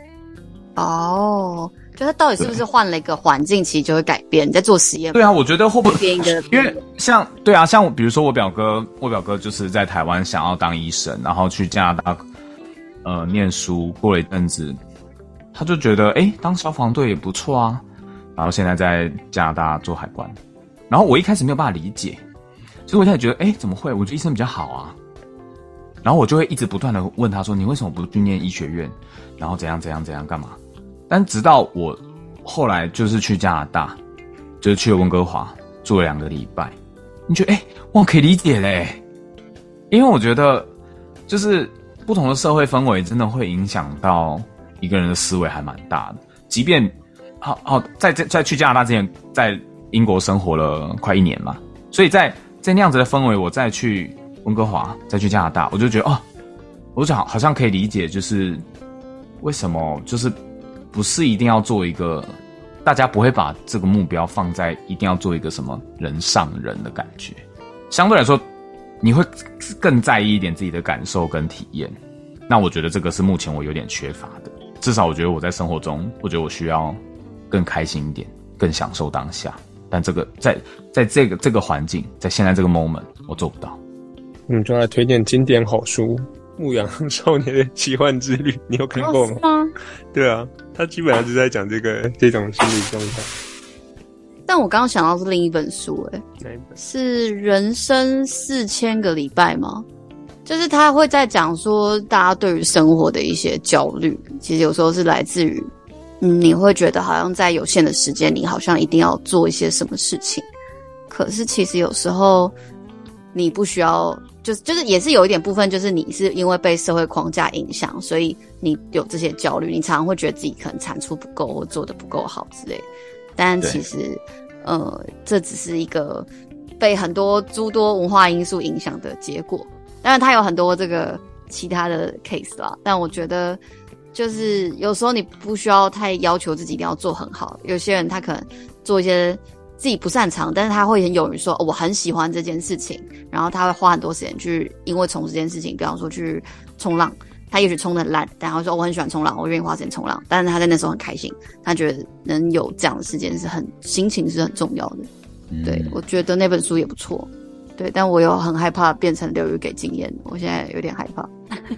哦，就他到底是不是换了一个环境，其实就会改变。你在做实验， 对啊，我觉得会不会变一个， 因为像对啊，像比如说我表哥，我表哥就是在台湾想要当医生，然后去加拿大呃念书，过了一阵子，他就觉得哎，当消防队也不错啊，然后现在在加拿大做海关。然后我一开始没有办法理解，所以我现在觉得哎，怎么会？我觉得医生比较好啊。然后我就会一直不断的问他说，你为什么不去念医学院，然后怎样怎样怎样干嘛？但直到我后来就是去加拿大，就是去了温哥华住了两个礼拜，你觉得哎，哇，可以理解嘞，因为我觉得就是不同的社会氛围真的会影响到一个人的思维还蛮大的。即便好好在在在去加拿大之前，在英国生活了快一年嘛，所以在在那样子的氛围，我再去温哥华，再去加拿大，我就觉得哦，我就好好像可以理解，就是为什么就是不是一定要做一个，大家不会把这个目标放在一定要做一个什么人上人的感觉。相对来说，你会更在意一点自己的感受跟体验。那我觉得这个是目前我有点缺乏的。至少我觉得我在生活中，我觉得我需要更开心一点，更享受当下。但这个在在这个这个环境，在现在这个 moment， 我做不到。 嗯，就来推荐经典好书《牧羊少年的奇幻之旅》，你有看过吗？ 哦，是吗？ 对啊，他基本上就是在讲这个这种心理状态。 但我刚刚想到是另一本书，诶， 哪一本？ 是《人生四千个礼拜》吗？就是他会在讲说，大家对于生活的一些焦虑，其实有时候是来自于，嗯，你会觉得好像在有限的时间里，好像一定要做一些什么事情，可是其实有时候你不需要。就是就是也是有一点部分，就是你是因为被社会框架影响，所以你有这些焦虑，你常常会觉得自己可能产出不够或做得不够好之类的。但其实，呃，这只是一个被很多诸多文化因素影响的结果。当然，它有很多这个其他的 case 啦。但我觉得，就是有时候你不需要太要求自己一定要做很好。有些人他可能做一些自己不擅长，但是他会很勇于说、哦、我很喜欢这件事情，然后他会花很多时间去因为从事这件事情，比方说去冲浪，他也许冲得很烂，但他说、哦、我很喜欢冲浪，我愿意花时间冲浪，但是他在那时候很开心，他觉得能有这样的时间是很心情是很重要的、嗯、对，我觉得那本书也不错，对，但我又很害怕变成流于给经验，我现在有点害怕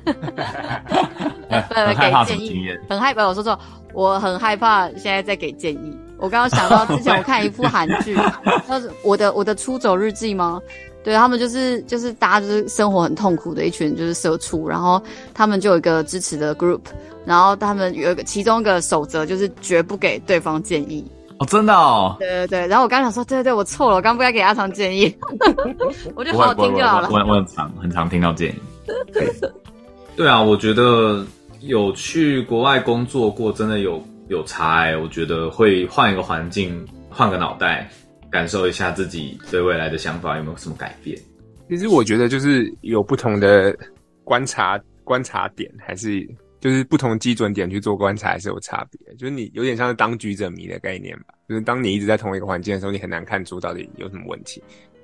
很害怕什么经验？ 很害怕，我说错，我很害怕现在在给建议。我刚刚想到之前我看一部韩剧，就是我的我的出走日记吗？对，他们就是就是大家就是生活很痛苦的一群就是社畜，然后他们就有一个支持的 group， 然后他们有一个其中一个守则就是绝不给对方建议。 哦，真的哦。 对对对，然后我刚想说，对对对，我错了，我刚不该给阿长建议，我就好好听就好了。 我我很常很常听到建议。对啊，我觉得有去国外工作过，真的有有差欸。我觉得会换一个环境，换个脑袋，感受一下自己对未来的想法有没有什么改变。 其实我觉得就是有不同的观察观察点，还是就是不同基准点去做观察，还是有差别。就是你有点像是当局者迷的概念吧，就是当你一直在同一个环境的时候，你很难看出到底有什么问题。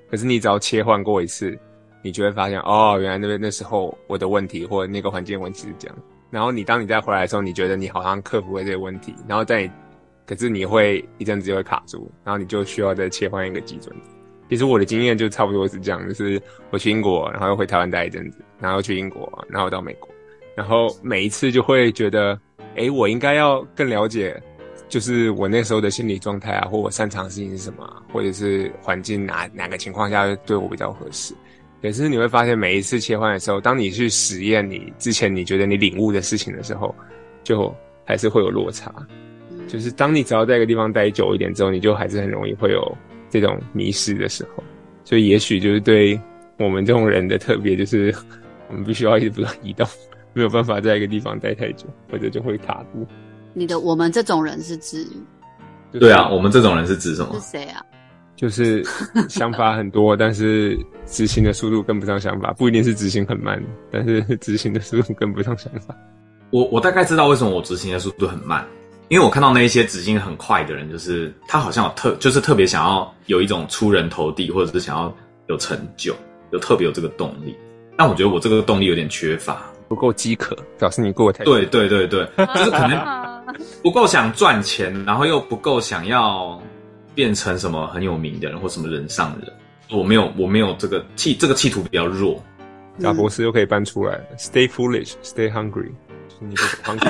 可是你只要切换过一次，你就会发现，哦，原来那边那时候我的问题或者那个环境的问题是这样。然后你当你再回来的时候，你觉得你好像克服了这个问题，然后再，可是你会一阵子就会卡住，然后你就需要再切换一个基准。其实我的经验就差不多是这样，就是我去英国，然后又回台湾待一阵子，然后去英国，然后到美国，然后每一次就会觉得，诶，我应该要更了解，就是我那时候的心理状态啊，或我擅长的事情是什么啊，或者是环境哪哪个情况下对我比较合适。可是你会发现，每一次切换的时候，当你去实验你之前你觉得你领悟的事情的时候，就还是会有落差。就是当你只要在一个地方待久一点之后，你就还是很容易会有这种迷失的时候。所以也许就是对我们这种人的特别，就是我们必须要一直不断移动，没有办法在一个地方待太久，或者就会卡住。 你的我们这种人是指？ 就是、 对啊，我们这种人是指什么？ 是谁啊？ 就是想法很多，但是执行的速度跟不上想法，不一定是执行很慢，但是执行的速度跟不上想法。 我我大概知道为什么我执行的速度很慢，因为我看到那一些执行很快的人，就是他好像有特，就是特别想要有一种出人头地，或者是想要有成就，有特别有这个动力。但我觉得我这个动力有点缺乏， 不够饥渴，表示你过得太对对对对，就是可能不够想赚钱，然后又不够想要变成什么很有名的人或什么人上人。我没有，我没有这个气，这个企图比较弱。 贾博士又可以搬出来了、嗯、，Stay foolish, stay hungry， 就是你不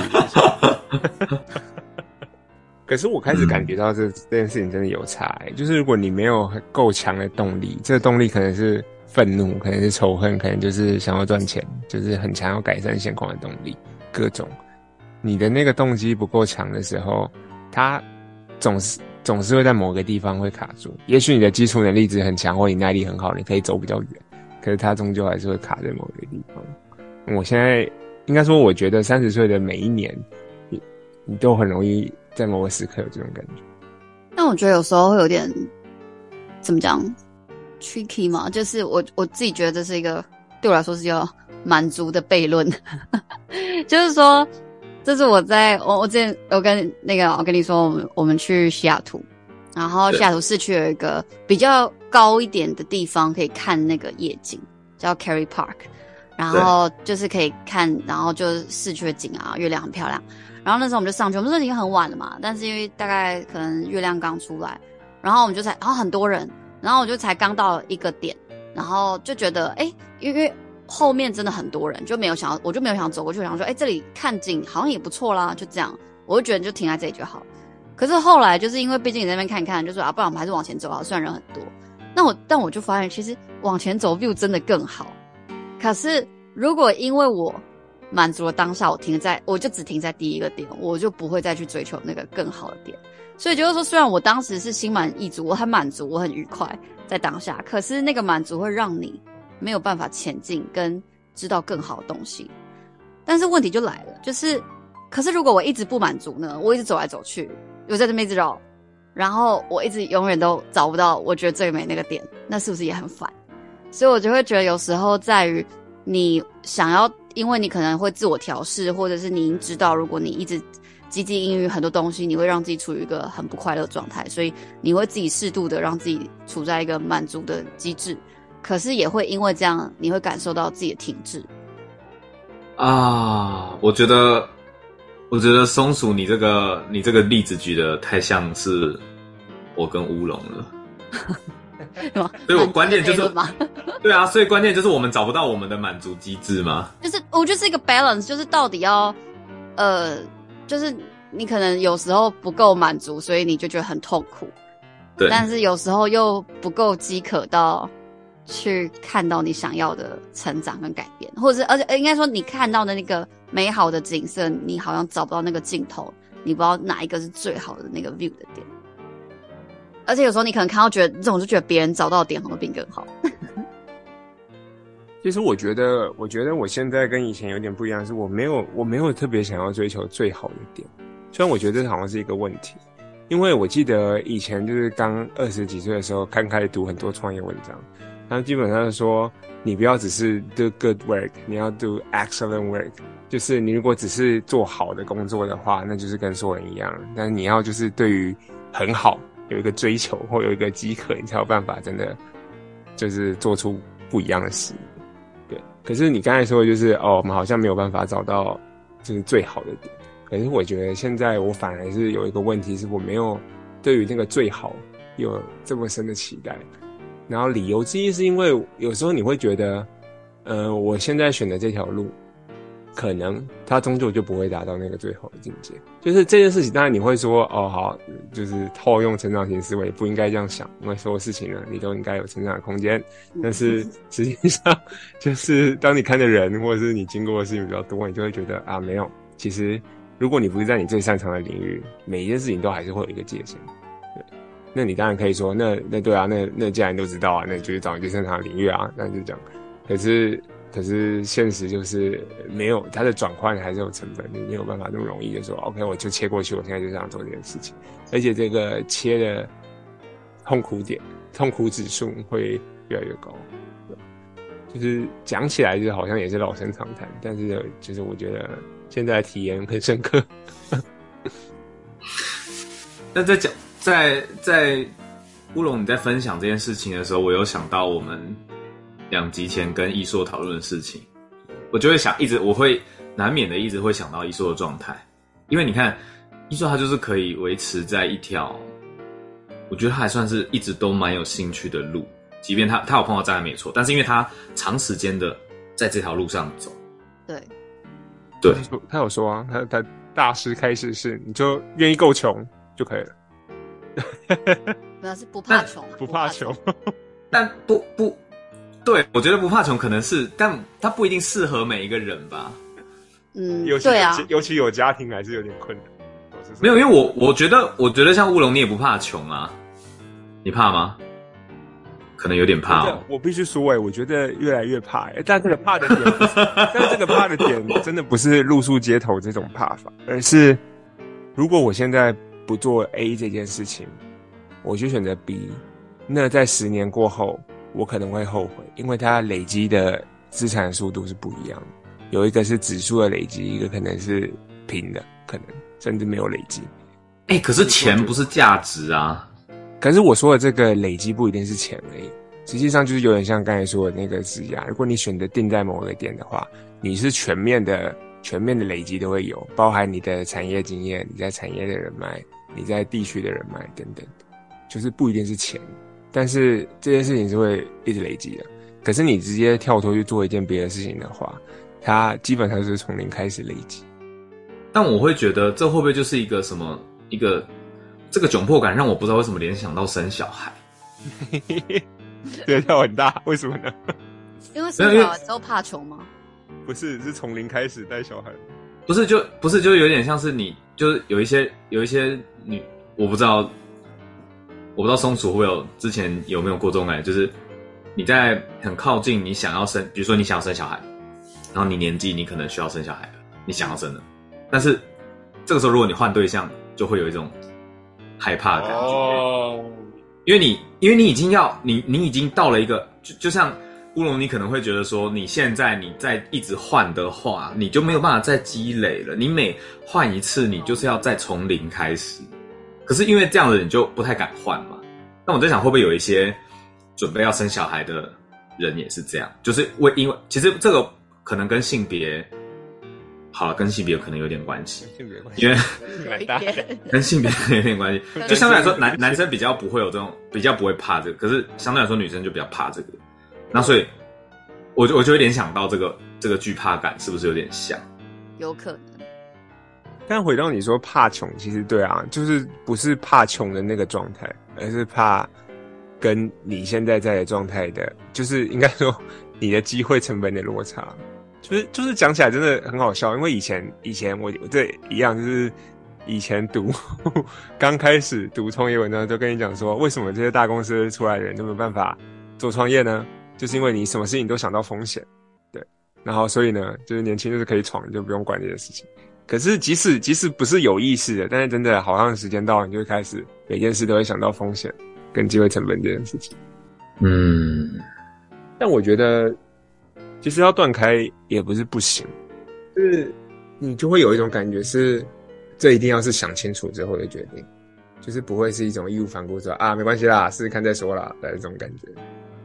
hungry 。可是我开始感觉到这、嗯、这件事情真的有差、欸，就是如果你没有够强的动力，这个动力可能是愤怒，可能是仇恨，可能就是想要赚钱，就是很强要改善现况的动力，各种。你的那个动机不够强的时候，它总是总是会在某个地方会卡住。也许你的基础能力值很强，或你耐力很好，你可以走比较远，可是它终究还是会卡在某个地方。我现在应该说，我觉得三十岁的每一年，你你都很容易在某个时刻有这种感觉。 但我觉得有时候会有点怎么讲 tricky 嘛，就是我我自己觉得这是一个对我来说是一个满足的悖论，就是说。这是我在我我之前有跟那个我跟你说，我们我们去西雅图，然后西雅图市区有一个比较高一点的地方可以看那个夜景，叫 Kerry Park， 然后就是可以看，然后就是市区的景啊，月亮很漂亮。然后那时候我们就上去，我们那时候已经很晚了嘛，但是因为大概可能月亮刚出来，然后我们就才，然后很多人，然后我就才刚到一个点，然后就觉得，哎，因为。后面真的很多人，就没有想要，我就没有想走过去，想说，哎、欸，这里看景好像也不错啦，就这样，我就觉得就停在这里就好。可是后来就是因为毕竟你在那边看看，就说啊，不然我们还是往前走好，虽然人很多。那我但我就发现，其实往前走 view 真的更好。可是如果因为我满足了当下，我停在，我就只停在第一个点，我就不会再去追求那个更好的点。所以就是说，虽然我当时是心满意足，我很满足，我很愉快在当下，可是那个满足会让你。没有办法前进跟知道更好的东西。但是问题就来了，就是可是如果我一直不满足呢，我一直走来走去，我在这边一直绕，然后我一直永远都找不到我觉得最美那个点，那是不是也很烦？所以我就会觉得有时候在于你想要，因为你可能会自我调试，或者是你已经知道如果你一直汲汲营营很多东西，你会让自己处于一个很不快乐的状态，所以你会自己适度的让自己处在一个满足的机制，可是也会因为这样，你会感受到自己的停滞啊。我觉得，我觉得松鼠你这个你这个例子举的太像是我跟乌龙了。所以我关键就是，对啊，所以关键就是我们找不到我们的满足机制嘛。 就是我觉得是一个 balance， 就是到底要，呃，就是你可能有时候不够满足，所以你就觉得很痛苦。对。但是有时候又不够饥渴到。去看到你想要的成长跟改变，或者是而且应该说你看到的那个美好的景色，你好像找不到那个镜头，你不知道哪一个是最好的那个 view 的点。而且有时候你可能看到觉得这种就觉得别人找到的点好像比你更好。 其实我觉得，我觉得我现在跟以前有点不一样，是我没有我没有特别想要追求最好的点，虽然我觉得这好像是一个问题。因为我记得以前就是刚二十几岁的时候，刚开始读很多创业文章。他们基本上说，你不要只是 do good work， 你要 do excellent work。就是你如果只是做好的工作的话，那就是跟所有人一样。但是你要就是对于很好有一个追求或有一个饥渴，你才有办法真的就是做出不一样的事。对，可是你刚才说的就是哦，我们好像没有办法找到就是最好的点。可是我觉得现在我反而是有一个问题，是我没有对于那个最好有这么深的期待。然后理由之一是因为有时候你会觉得，呃，我现在选的这条路，可能它终究就不会达到那个最好的境界。就是这件事情，当然你会说，哦，好，就是套用成长型思维，不应该这样想，因为所有事情呢，你都应该有成长的空间。但是实际上，就是当你看的人或者是你经过的事情比较多，你就会觉得啊，没有，其实如果你不是在你最擅长的领域，每一件事情都还是会有一个界限。对，那你当然可以说，那那对啊，那那既然都知道啊，那你就去找你最擅长的领域啊，那就这样。可是。可是现实就是没有它的转换还是有成本，你没有办法那么容易就说 OK 我就切过去，我现在就想做这件事情，而且这个切的痛苦点、痛苦指数会越来越高。就是讲起来就好像也是老生常谈，但是就是我觉得现在体验很深刻。 但在讲在在乌龙你在分享这件事情的时候，我有想到我们两集前跟艺硕讨论的事情，我就会想，一直我会难免的一直会想到艺硕的状态，因为你看艺硕他就是可以维持在一条，我觉得他还算是一直都蛮有兴趣的路，即便他他有碰到障碍没错，但是因为他长时间的在这条路上走， 对对， 他有说啊，他他大师开始是你就愿意够穷就可以了， 没有是不怕穷， 不怕穷， 但不不。对，我觉得不怕穷可能是，但它不一定适合每一个人吧。 嗯， 尤其对啊， 尤其有家庭还是有点困难。 没有，因为我我觉得，我觉得像乌龙，你也不怕穷啊？你怕吗？可能有点怕哦。 我必须说、欸，我觉得越来越怕、欸。但这个怕的点，但是这个怕的点真的不是露宿街头这种怕法，而是如果我现在不做 A 这件事情，我去选择 B， 那在十年过后。我可能会后悔，因为它累积的资产速度是不一样的。有一个是指数的累积，一个可能是平的，可能甚至没有累积。 哎、欸，可是钱不是价值啊。 可是我说的这个累积不一定是钱而已，实际上就是有点像刚才说的那个质押。如果你选择定在某个点的话，你是全面的、全面的累积都会有，包含你的产业经验、你在产业的人脉、你在地区的人脉等等，就是不一定是钱。但是这件事情是会一直累积的。可是你直接跳脱去做一件别的事情的话，它基本上是从零开始累积。 但我会觉得这会不会就是一个什么一个这个窘迫感，让我不知道为什么联想到生小孩。 对，跳很大，为什么呢？ 因为生小孩之后怕穷吗？ 不是，是从零开始带小孩。 不是，就不是，就有点像是你，就是有一些有一些女，我不知道。我不知道松鼠会有之前有没有过这种感觉，就是你在很靠近你想要生，比如说你想要生小孩，然后你年纪你可能需要生小孩了，你想要生了，但是这个时候如果你换对象，就会有一种害怕的感觉，哦，因为你因为你已经要你你已经到了一个，就就像乌龙，你可能会觉得说，你现在你再一直换的话，你就没有办法再积累了，你每换一次，你就是要再从零开始。可是因为这样的你就不太敢换嘛，那我在想会不会有一些准备要生小孩的人也是这样，就是为因为其实这个可能跟性别好了，跟性别可能有点关系，因为跟性别有点关系，就相对来说男男生比较不会有这种比较不会怕这个，可是相对来说女生就比较怕这个，那所以我就我就会联想到这个这个惧怕感是不是有点像？ 有可能。 但回到你说怕穷，其实对啊，就是不是怕穷的那个状态，而是怕跟你现在在的状态的，就是应该说你的机会成本的落差。就是就是讲起来真的很好笑，因为以前以前我我这一样，就是以前读刚开始读创业文章，都跟你讲说，为什么这些大公司出来的人都没有办法做创业呢？就是因为你什么事情都想到风险，对，然后所以呢，就是年轻就是可以闯，你就不用管这些事情。可是即使即使不是有意识的，但是真的好像时间到了，你就会开始每件事都会想到风险跟机会成本这件事情。 嗯， 但我觉得其实要断开也不是不行，就是你就会有一种感觉是，这一定要是想清楚之后的决定，就是不会是一种义无反顾说啊没关系啦，试试看再说啦的这种感觉。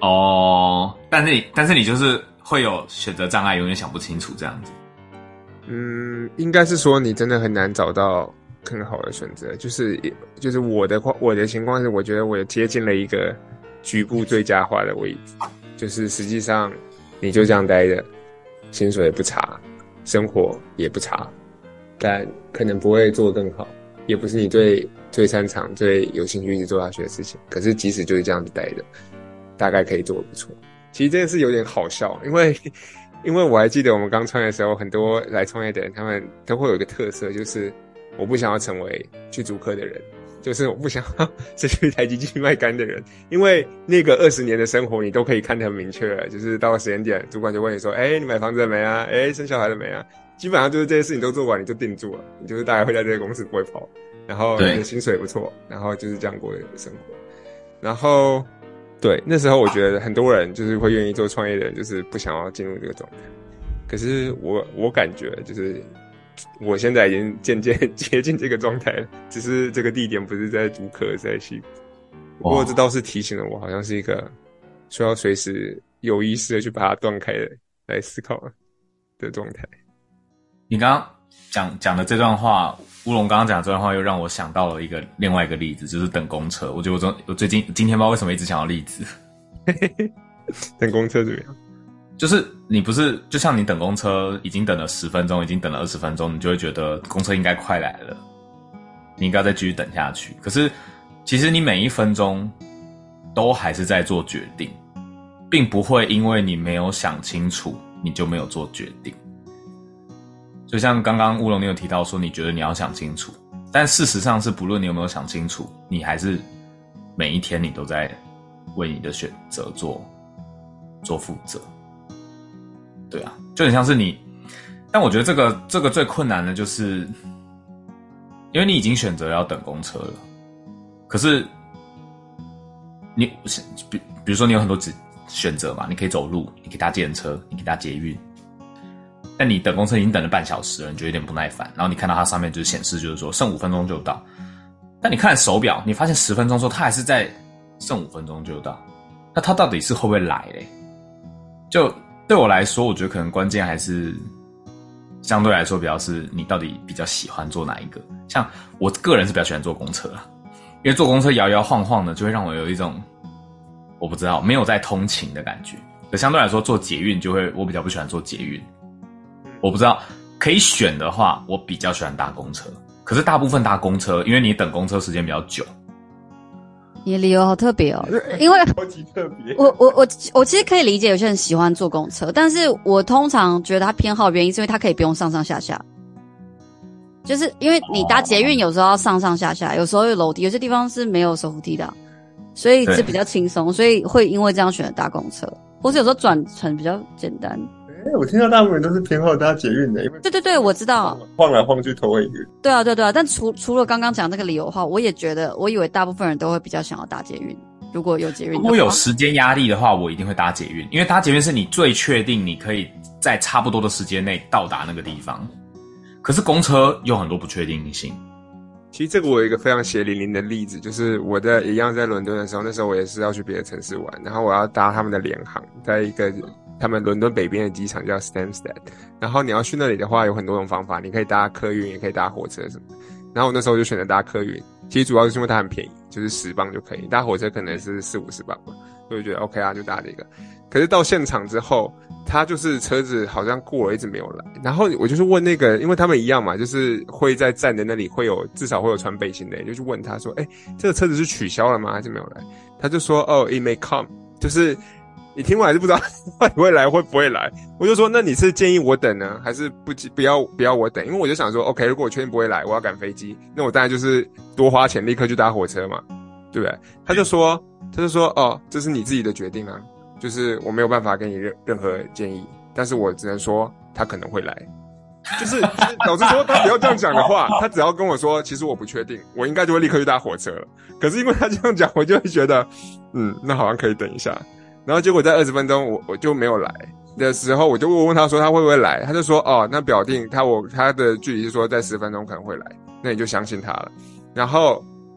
哦，但是你但是你就是会有选择障碍，永远想不清楚这样子。 嗯，应该是说你真的很难找到更好的选择。就是就是我的话，我的情况是，我觉得我接近了一个局部最佳化的位置，就是实际上你就这样待着，薪水也不差，生活也不差，但可能不会做更好，也不是你最最擅长、最有兴趣一直做下去的事情。可是即使就是这样子待着，大概可以做得不错。其实这件事有点好笑，因为因为我还记得我们刚创业的时候，很多来创业的人，他们都会有一个特色，就是我不想要成为去竹科的人，就是我不想要是去台积继续卖干的人，因为那个二十年的生活你都可以看得很明确了，就是到了时间点，主管就问你说，哎、欸，你买房子了没啊？哎、欸，生小孩了没啊？基本上就是这些事情都做完，你就定住了，你就是大概会在这个公司不会跑，然后你的薪水不错，然后就是这样过的生活，然后。对，那时候我觉得很多人就是会愿意做创业的人，就是不想要进入这个状态。可是我我感觉就是我现在已经渐渐接近这个状态了，只是这个地点不是在竹科，是在西部。不过这倒是提醒了我，好像是一个需要随时有意识的去把它断开的来思考的状态。 你刚刚讲讲的这段话，乌龙刚刚讲的这段话又让我想到了一个另外一个例子，就是等公车。我觉得我我最近今天不知道为什么一直想到例子。 等公车怎么样？ 就是你不是就像你等公车已经等了十分钟，已经等了二十分钟，你就会觉得公车应该快来了，你应该再继续等下去。可是其实你每一分钟都还是在做决定，并不会因为你没有想清楚你就没有做决定。就像刚刚乌龙你有提到说你觉得你要想清楚，但事实上是不论你有没有想清楚，你还是每一天你都在为你的选择做做负责。对啊，就很像是你，但我觉得这个这个最困难的就是因为你已经选择要等公车了，可是你比比如说你有很多选择嘛，你可以走路，你可以搭计程车，你可以搭捷运，但你等公车已经等了半小时了，你觉得有点不耐烦，然后你看到它上面就是显示就是说剩五分钟就到，但你看了手表，你发现十分钟之后它还是在剩五分钟就到，那它到底是会不会来嘞？就对我来说，我觉得可能关键还是相对来说比较是你到底比较喜欢做哪一个。像我个人是比较喜欢坐公车啦，因为坐公车摇摇晃晃的就会让我有一种我不知道没有在通勤的感觉。可相对来说坐捷运就会我比较不喜欢坐捷运。我不知道可以选的话，我比较喜欢搭公车。可是大部分搭公车，因为你等公车时间比较久。 你的理由好特别哦，因为超级特别。 我我我我其实可以理解有些人喜欢坐公车，但是我通常觉得他偏好的原因是因为他可以不用上上下下，就是因为你搭捷运有时候要上上下下，有时候有楼梯，有些地方是没有手扶梯的，所以是比较轻松，所以会因为这样选择搭公车，或是有时候转乘比较简单。 欸、我听到大部分人都是偏好搭捷运的，因为对对对，我知道， 晃来晃去头会晕。 对啊对对啊，但除除了刚刚讲那个理由的话，我也觉得，我以为大部分人都会比较想要搭捷运。如果有捷运的话， 如果有时间压力的话，我一定会搭捷运，因为搭捷运是你最确定你可以在差不多的时间内到达那个地方。可是公车有很多不确定性。 其实这个我有一个非常血淋淋的例子，就是我在一样在伦敦的时候，那时候我也是要去别的城市玩，然后我要搭他们的联航，在一个他们伦敦北边的机场叫 Stansted， 然后你要去那里的话有很多种方法，你可以搭客运，也可以搭火车什么的。然后我那时候就选择搭客运，其实主要是因为它很便宜，就是十磅就可以，搭火车可能是四五十磅吧，所以我觉得 OK 啊，就搭这个。可是到现场之后，他就是车子好像过了一直没有来，然后我就是问那个，因为他们一样嘛，就是会在站的那里会有至少会有穿背心的人，就去问他说，哎，这个车子是取消了吗？还是没有来？他就说，哦 ，it may come， 就是你听完还是不知道会不会来，会不会来？我就说，那你是建议我等呢，还是不不要不要我等？因为我就想说 ，OK， 如果我确定不会来，我要赶飞机，那我当然就是多花钱立刻去搭火车嘛，对不对？他就说，他就说，哦，这是你自己的决定啊。就是我没有办法给你任任何建议，但是我只能说他可能会来。就是老实说，他不要这样讲的话，他只要跟我说，其实我不确定，我应该就会立刻去搭火车了。可是因为他这样讲，我就会觉得，嗯，那好像可以等一下。然后结果在二十分钟，我我就没有来的时候，我就问问他说他会不会来，他就说哦，那表定他我他的距离是说在十分钟可能会来，那你就相信他了。然后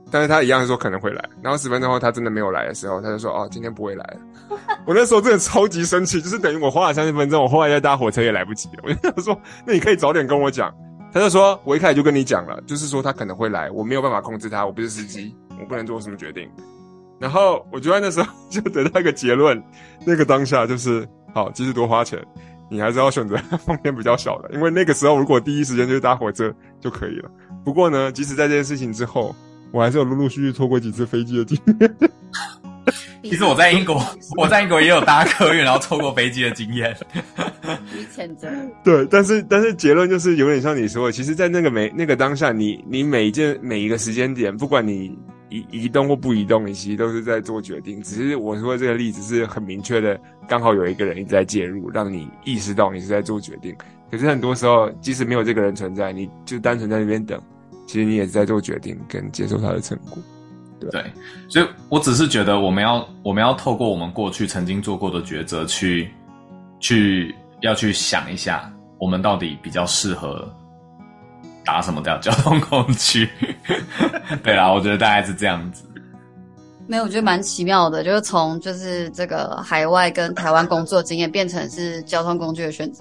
但是他一样说可能会来，然后十分钟后他真的没有来的时候，他就说哦今天不会来了。我那时候真的超级生气，就是等于我花了三十分钟，我后来再搭火车也来不及了。我就想说，那你可以早点跟我讲。他就说我一开始就跟你讲了，就是说他可能会来，我没有办法控制他，我不是司机，我不能做什么决定。然后我就在那时候就得到一个结论，那个当下就是好，即使多花钱，你还是要选择风险比较小的，因为那个时候如果第一时间就是搭火车就可以了。不过呢，即使在这件事情之后，我还是有陆陆续续错过几次飞机的经验。 其实我在英国，我在英国也有搭客运然后错过飞机的经验。 予以谴责。 对，但是但是结论就是有点像你说的，其实在那个每那个当下，你你每一件每一个时间点，不管你移移动或不移动，你其实都是在做决定。只是我说的这个例子是很明确的，刚好有一个人一直在介入，让你意识到你是在做决定。可是很多时候，即使没有这个人存在，你就单纯在那边等，其实你也是在做决定跟接受他的成果。对， 对，所以我只是觉得我们要我们要透过我们过去曾经做过的抉择去去要去想一下，我们到底比较适合搭什么叫交通工具。对啦，我觉得大概是这样子。 没有，我觉得蛮奇妙的，就是从就是这个海外跟台湾工作经验变成是交通工具的选择。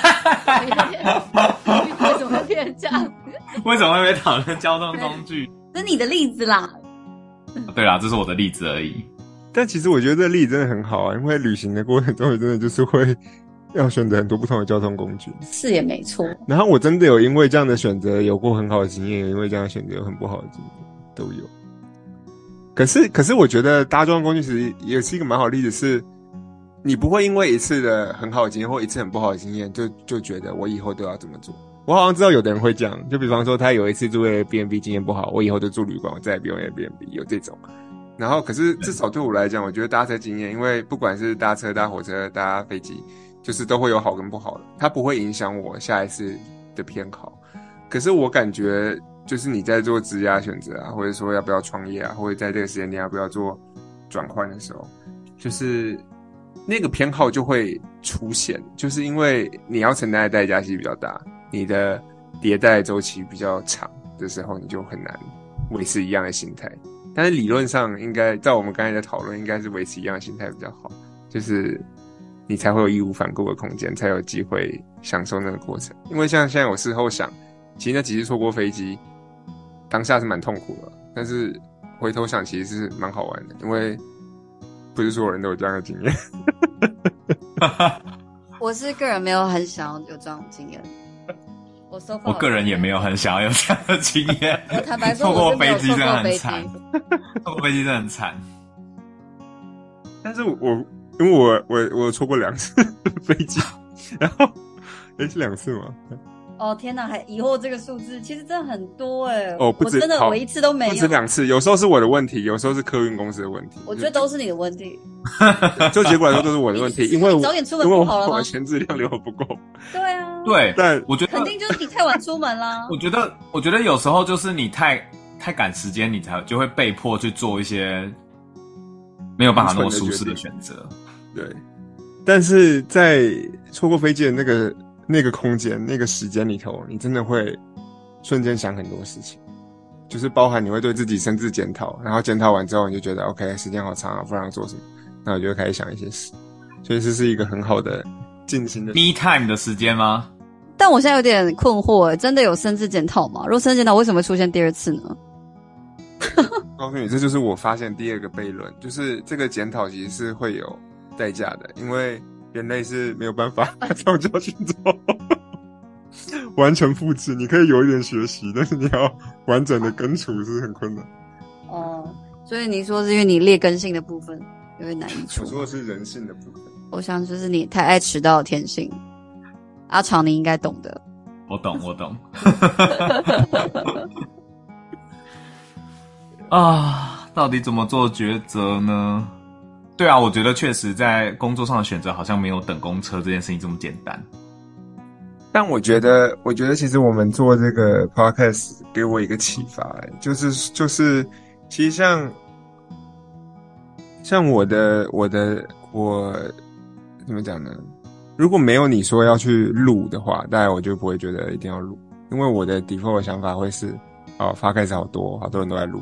为什么会变成这样？ 为什么会被讨论交通工具？ 这是你的例子啦。 对啦，这是我的例子而已。 但其实我觉得这个例子真的很好啊，因为旅行的过程中，真的就是会要选择很多不同的交通工具。 是也没错。 然后我真的有因为这样的选择有过很好的经验，有因为这样的选择有很不好的经验，都有。可是，可是我觉得搭交通工具其实也是一个蛮好的例子，是你不会因为一次的很好的经验或一次很不好的经验，就就觉得我以后都要这么做。我好像知道有的人会这样，就比方说他有一次住 Airbnb 经验不好，我以后就住旅馆，我再也不用 Airbnb， 有这种。然后，可是至少对我来讲，我觉得搭车经验，因为不管是搭车、搭火车、搭飞机，就是都会有好跟不好的，它不会影响我下一次的偏好。可是我感觉，就是你在做职业选择啊，或者说要不要创业啊，或者在这个时间点要不要做转换的时候，就是那个偏好就会出现，就是因为你要承担的代价其实比较大，你的迭代周期比较长的时候，你就很难维持一样的心态。但是理论上应该，在我们刚才的讨论，应该是维持一样的心态比较好，就是你才会有义无反顾的空间，才有机会享受那个过程。因为像现在我事后想，其实那几次错过飞机，当下是蛮痛苦的，但是回头想其实是蛮好玩的，因为不是所有人都有这样的经验。 我是个人没有很想要有这种经验。我, so 我个人也没有很想要有这样的经验。 我坦白说， 错过飞机真的很惨，错过飞机真的很惨。 但是我因为我我我错过两次飞机，然后诶是两次吗？ 哦天哪，还疑惑这个数字，其实真的很多哎、欸。 哦，不止， 我真的我一次都没有， 不止两次，有时候是我的问题，有时候是客运公司的问题。 我觉得都是你的问题。 就结果来说都是我的问题，因为我早点出门不好了吗？ 因为我前质量留的不够。 对啊， 对， 但我觉得肯定就是你太晚出门啦。 我觉得，我觉得有时候就是你太太赶时间，你才就会被迫去做一些没有办法那么舒适的选择。 对，但是在错过飞机的那个那个空间、那个时间里头，你真的会瞬间想很多事情，就是包含你会对自己深自检讨，然后检讨完之后，你就觉得 OK， 时间好长啊，不知道要做什么，那我就会开始想一些事，所以这是一个很好的进行的 me time 的时间吗？ 但我现在有点困惑，真的有深自检讨吗？如果深自检讨，为什么会出现第二次呢？ 告诉你，这就是我发现第二个悖论，就是这个检讨其实是会有代价的，因为人类是没有办法照教训之后完全复制，你可以有一点学习，但是你要完整的根除是很困难。 哦，所以你说是因为你劣根性的部分有点难以除。 我说的是人性的部分。 我想就是你太爱迟到的天性，阿长你应该懂的。 我懂，我懂。啊，到底怎么做抉择呢？对啊，我觉得确实在工作上的选择好像没有等公车这件事情这么简单。 但我觉得，我觉得其实我们做这个 podcast 给我一个启发、欸，就是就是，其实像像我的我的我怎么讲呢？如果没有你说要去录的话，大概我就不会觉得一定要录，因为我的 default 的想法会是，哦 podcast 好多，好多人都在录，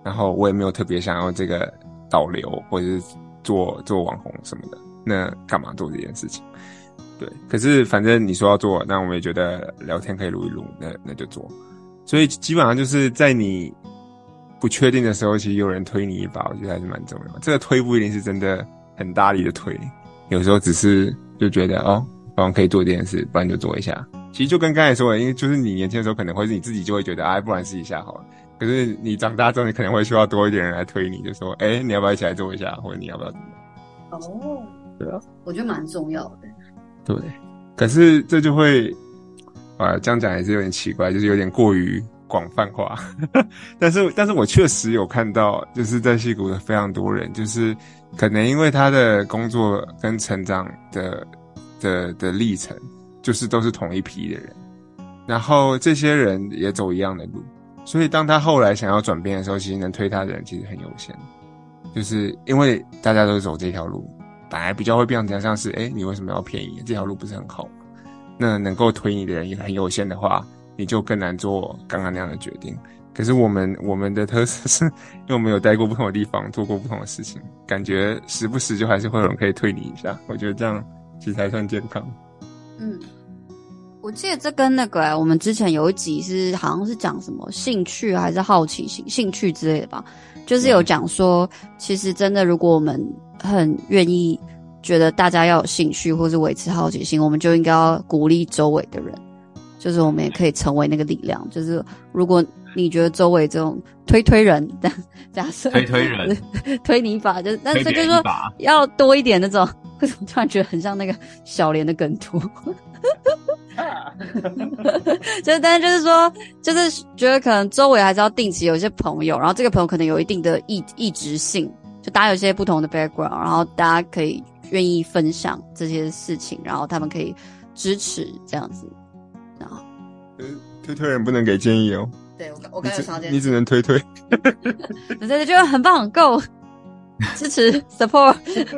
然后我也没有特别想要这个导流或者是做做网红什么的，那干嘛做这件事情？对，可是反正你说要做，那我们也觉得聊天可以录一录，那那就做。所以基本上就是在你不确定的时候，其实有人推你一把，我觉得还是蛮重要。这个推不一定是真的很大力的推，有时候只是就觉得哦，好像可以做这件事，不然就做一下。其实就跟刚才说的，因为就是你年轻的时候可能会是你自己就会觉得，哎，不然试一下好了。可是你长大之后，你可能会需要多一点人来推你，就说，哎，你要不要一起来做一下，或者你要不要怎么？ 哦， 对啊， 我觉得蛮重要的。 对，可是这就会，啊，这样讲也是有点奇怪，就是有点过于广泛化。但是，但是我确实有看到，就是在矽谷的非常多人，就是可能因为他的工作跟成长的的的历程，就是都是同一批的人，然后这些人也走一样的路，所以当他后来想要转变的时候，其实能推他的人其实很有限，就是因为大家都走这条路。本来比较会变成像是，诶，你为什么要偏移？这条路不是很好吗？那能够推你的人也很有限的话，你就更难做刚刚那样的决定。可是我们我们的特色是，因为我们有待过不同的地方，做过不同的事情，感觉时不时就还是会有人可以推你一下。我觉得这样其实还算健康。 嗯，我记得这跟那个、欸、我们之前有一集是好像是讲什么兴趣还是好奇心、兴趣之类的吧，就是有讲说，其实真的如果我们很愿意觉得大家要有兴趣或是维持好奇心，我们就应该要鼓励周围的人，就是我们也可以成为那个力量。就是如果你觉得周围这种推推人，假设推推人推你一把，就是但是就是说要多一点那种，为什么突然觉得很像那个小莲的梗图？就是但是就是说，就是觉得可能周围还是要定期有一些朋友，然后这个朋友可能有一定的异异质性。就大家有些不同的 background， 然后大家可以愿意分享这些事情，然后他们可以支持这样子。然后， 呃，推推人不能给建议哦。 对，我我刚才有想到这件事， 你只能推推。 对对，觉得很棒，够支持 support。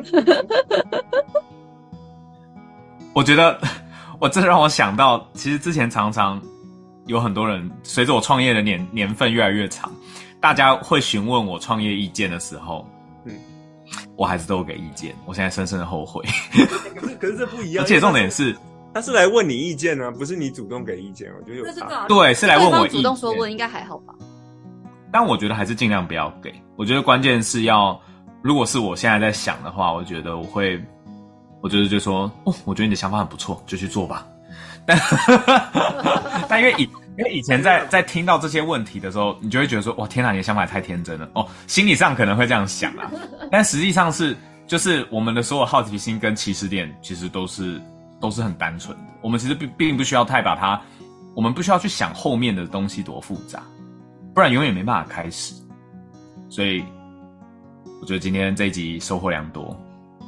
我觉得，我这让我想到，其实之前常常有很多人随着我创业的年年份越来越长，大家会询问我创业意见的时候。嗯，我还是都有给意见，我现在深深的后悔。 可是可是这不一样， 而且重点是， 他是来问你意见啊，不是你主动给意见，我觉得有差。 对，是来问我意见。 主动说问应该还好吧？ 但我觉得还是尽量不要给。我觉得关键是要，如果是我现在在想的话，我觉得我会，我觉得就说，哦，我觉得你的想法很不错，就去做吧。但但因为以因为以前在在听到这些问题的时候，你就会觉得说，哇，天哪，你的想法也太天真了哦，心理上可能会这样想啊，但实际上是就是我们的所有好奇心跟起始点其实都是都是很单纯的，我们其实并并不需要太把它，我们不需要去想后面的东西多复杂，不然永远没办法开始。所以我觉得今天这一集收获良多。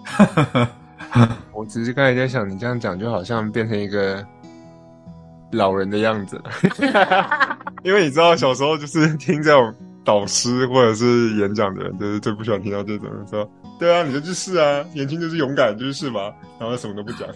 我只是刚才在想，你这样讲就好像变成一个老人的样子。因为你知道小时候就是听这种导师或者是演讲的人，就是最不喜欢听到这种人说，对啊，你就去试啊，年轻就是勇敢，就去试吧，然后什么都不讲。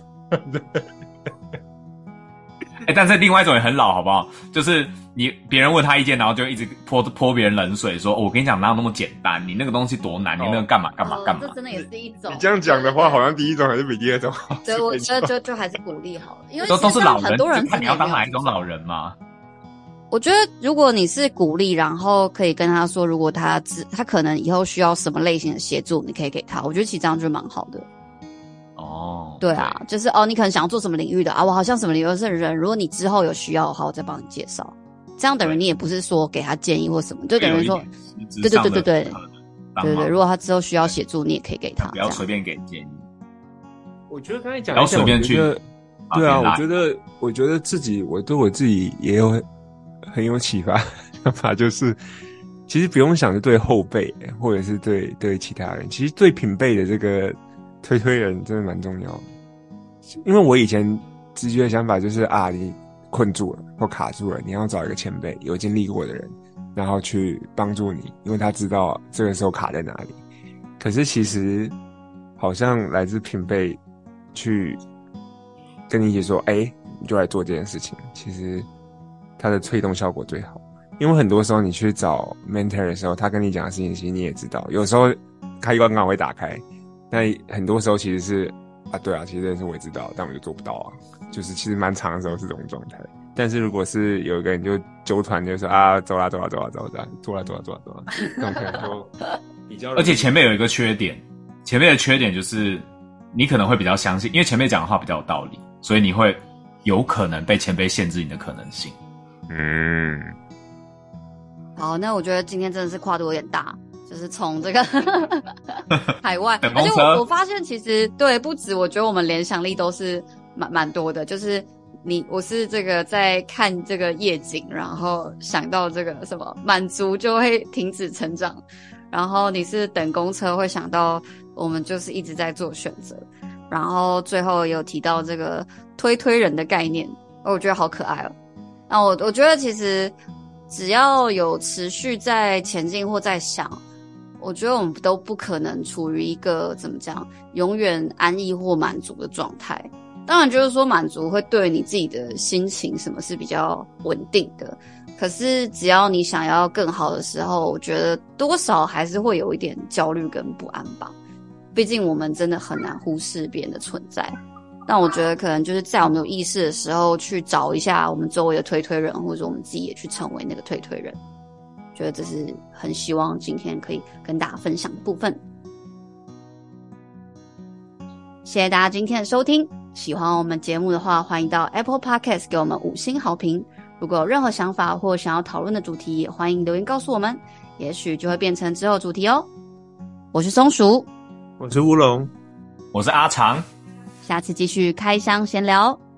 欸，但是另外一种也很老，好不好？就是你别人问他意见，然后就一直泼泼别人冷水，说、哦、我跟你讲哪有那么简单，你那个东西多难，你那个干嘛干嘛干嘛。 哦，这真的也是一种。 你这样讲的话，好像第一种还是比第二种好。 对，我觉得就就还是鼓励好了，因为都都是老人， 很多人看你要当哪一种老人嘛。 我觉得如果你是鼓励，然后可以跟他说，如果他他可能以后需要什么类型的协助，你可以给他。我觉得其实这样就蛮好的。 哦， 对啊，对，就是哦，你可能想要做什么领域的啊，我好像什么领域的人，如果你之后有需要的话，我再帮你介绍。这样等于你也不是说给他建议或什么，就等于说，对对对对对，对对对，如果他之后需要协助，你也可以给他， 不要随便给建议。 我觉得刚才讲， 不要随便去。 对啊，我觉得我觉得自己，我对我自己也有很有启发想法，就是其实不用想是对后辈，或者是对对其他人，其实对平辈的这个推推人真的蛮重要的。因为我以前直觉的想法就是啊，你困住了或卡住了，你要找一个前辈有经历过的人，然后去帮助你，因为他知道这个时候卡在哪里。可是其实好像来自平辈去跟你一起说，哎、欸，你就来做这件事情，其实它的推动效果最好。 因为很多时候你去找 mentor 的时候，他跟你讲的事情，其实你也知道，有时候开关刚好会打开，但很多时候其实是啊，对啊，其实这件事我也知道，但我就做不到啊，就是其实蛮长的时候是这种状态。但是如果是有一个人就纠团，就说啊，走啦走啦走啦走啦，做啦做啦做啦做啦，那种可能就比较。 而且前辈有一个缺点，前辈的缺点就是你可能会比较相信，因为前辈讲的话比较有道理，所以你会有可能被前辈限制你的可能性。 嗯。 好，那我觉得今天真的是跨度有点大，就是从这个海外，而且我我发现其实对不止，我觉得我们联想力都是蛮蛮多的，就是你我是这个在看这个夜景，然后想到这个什么满足就会停止成长，然后你是等公车会想到我们就是一直在做选择，然后最后有提到这个推推人的概念，我觉得好可爱哦。那我我觉得其实只要有持续在前进或在想，我觉得我们都不可能处于一个怎么讲永远安逸或满足的状态。当然就是说满足会对你自己的心情什么是比较稳定的，可是只要你想要更好的时候，我觉得多少还是会有一点焦虑跟不安吧。毕竟我们真的很难忽视别人的存在，但我觉得可能就是在我们有意识的时候去找一下我们周围的推推人，或者我们自己也去成为那个推推人，觉得这是很希望今天可以跟大家分享的部分。谢谢大家今天的收听，喜欢我们节目的话，欢迎到 Apple Podcast 给我们五星好评。如果有任何想法或想要讨论的主题，也欢迎留言告诉我们，也许就会变成之后主题哦。我是松鼠， 我是乌龙， 我是阿长， 下次继续开箱闲聊。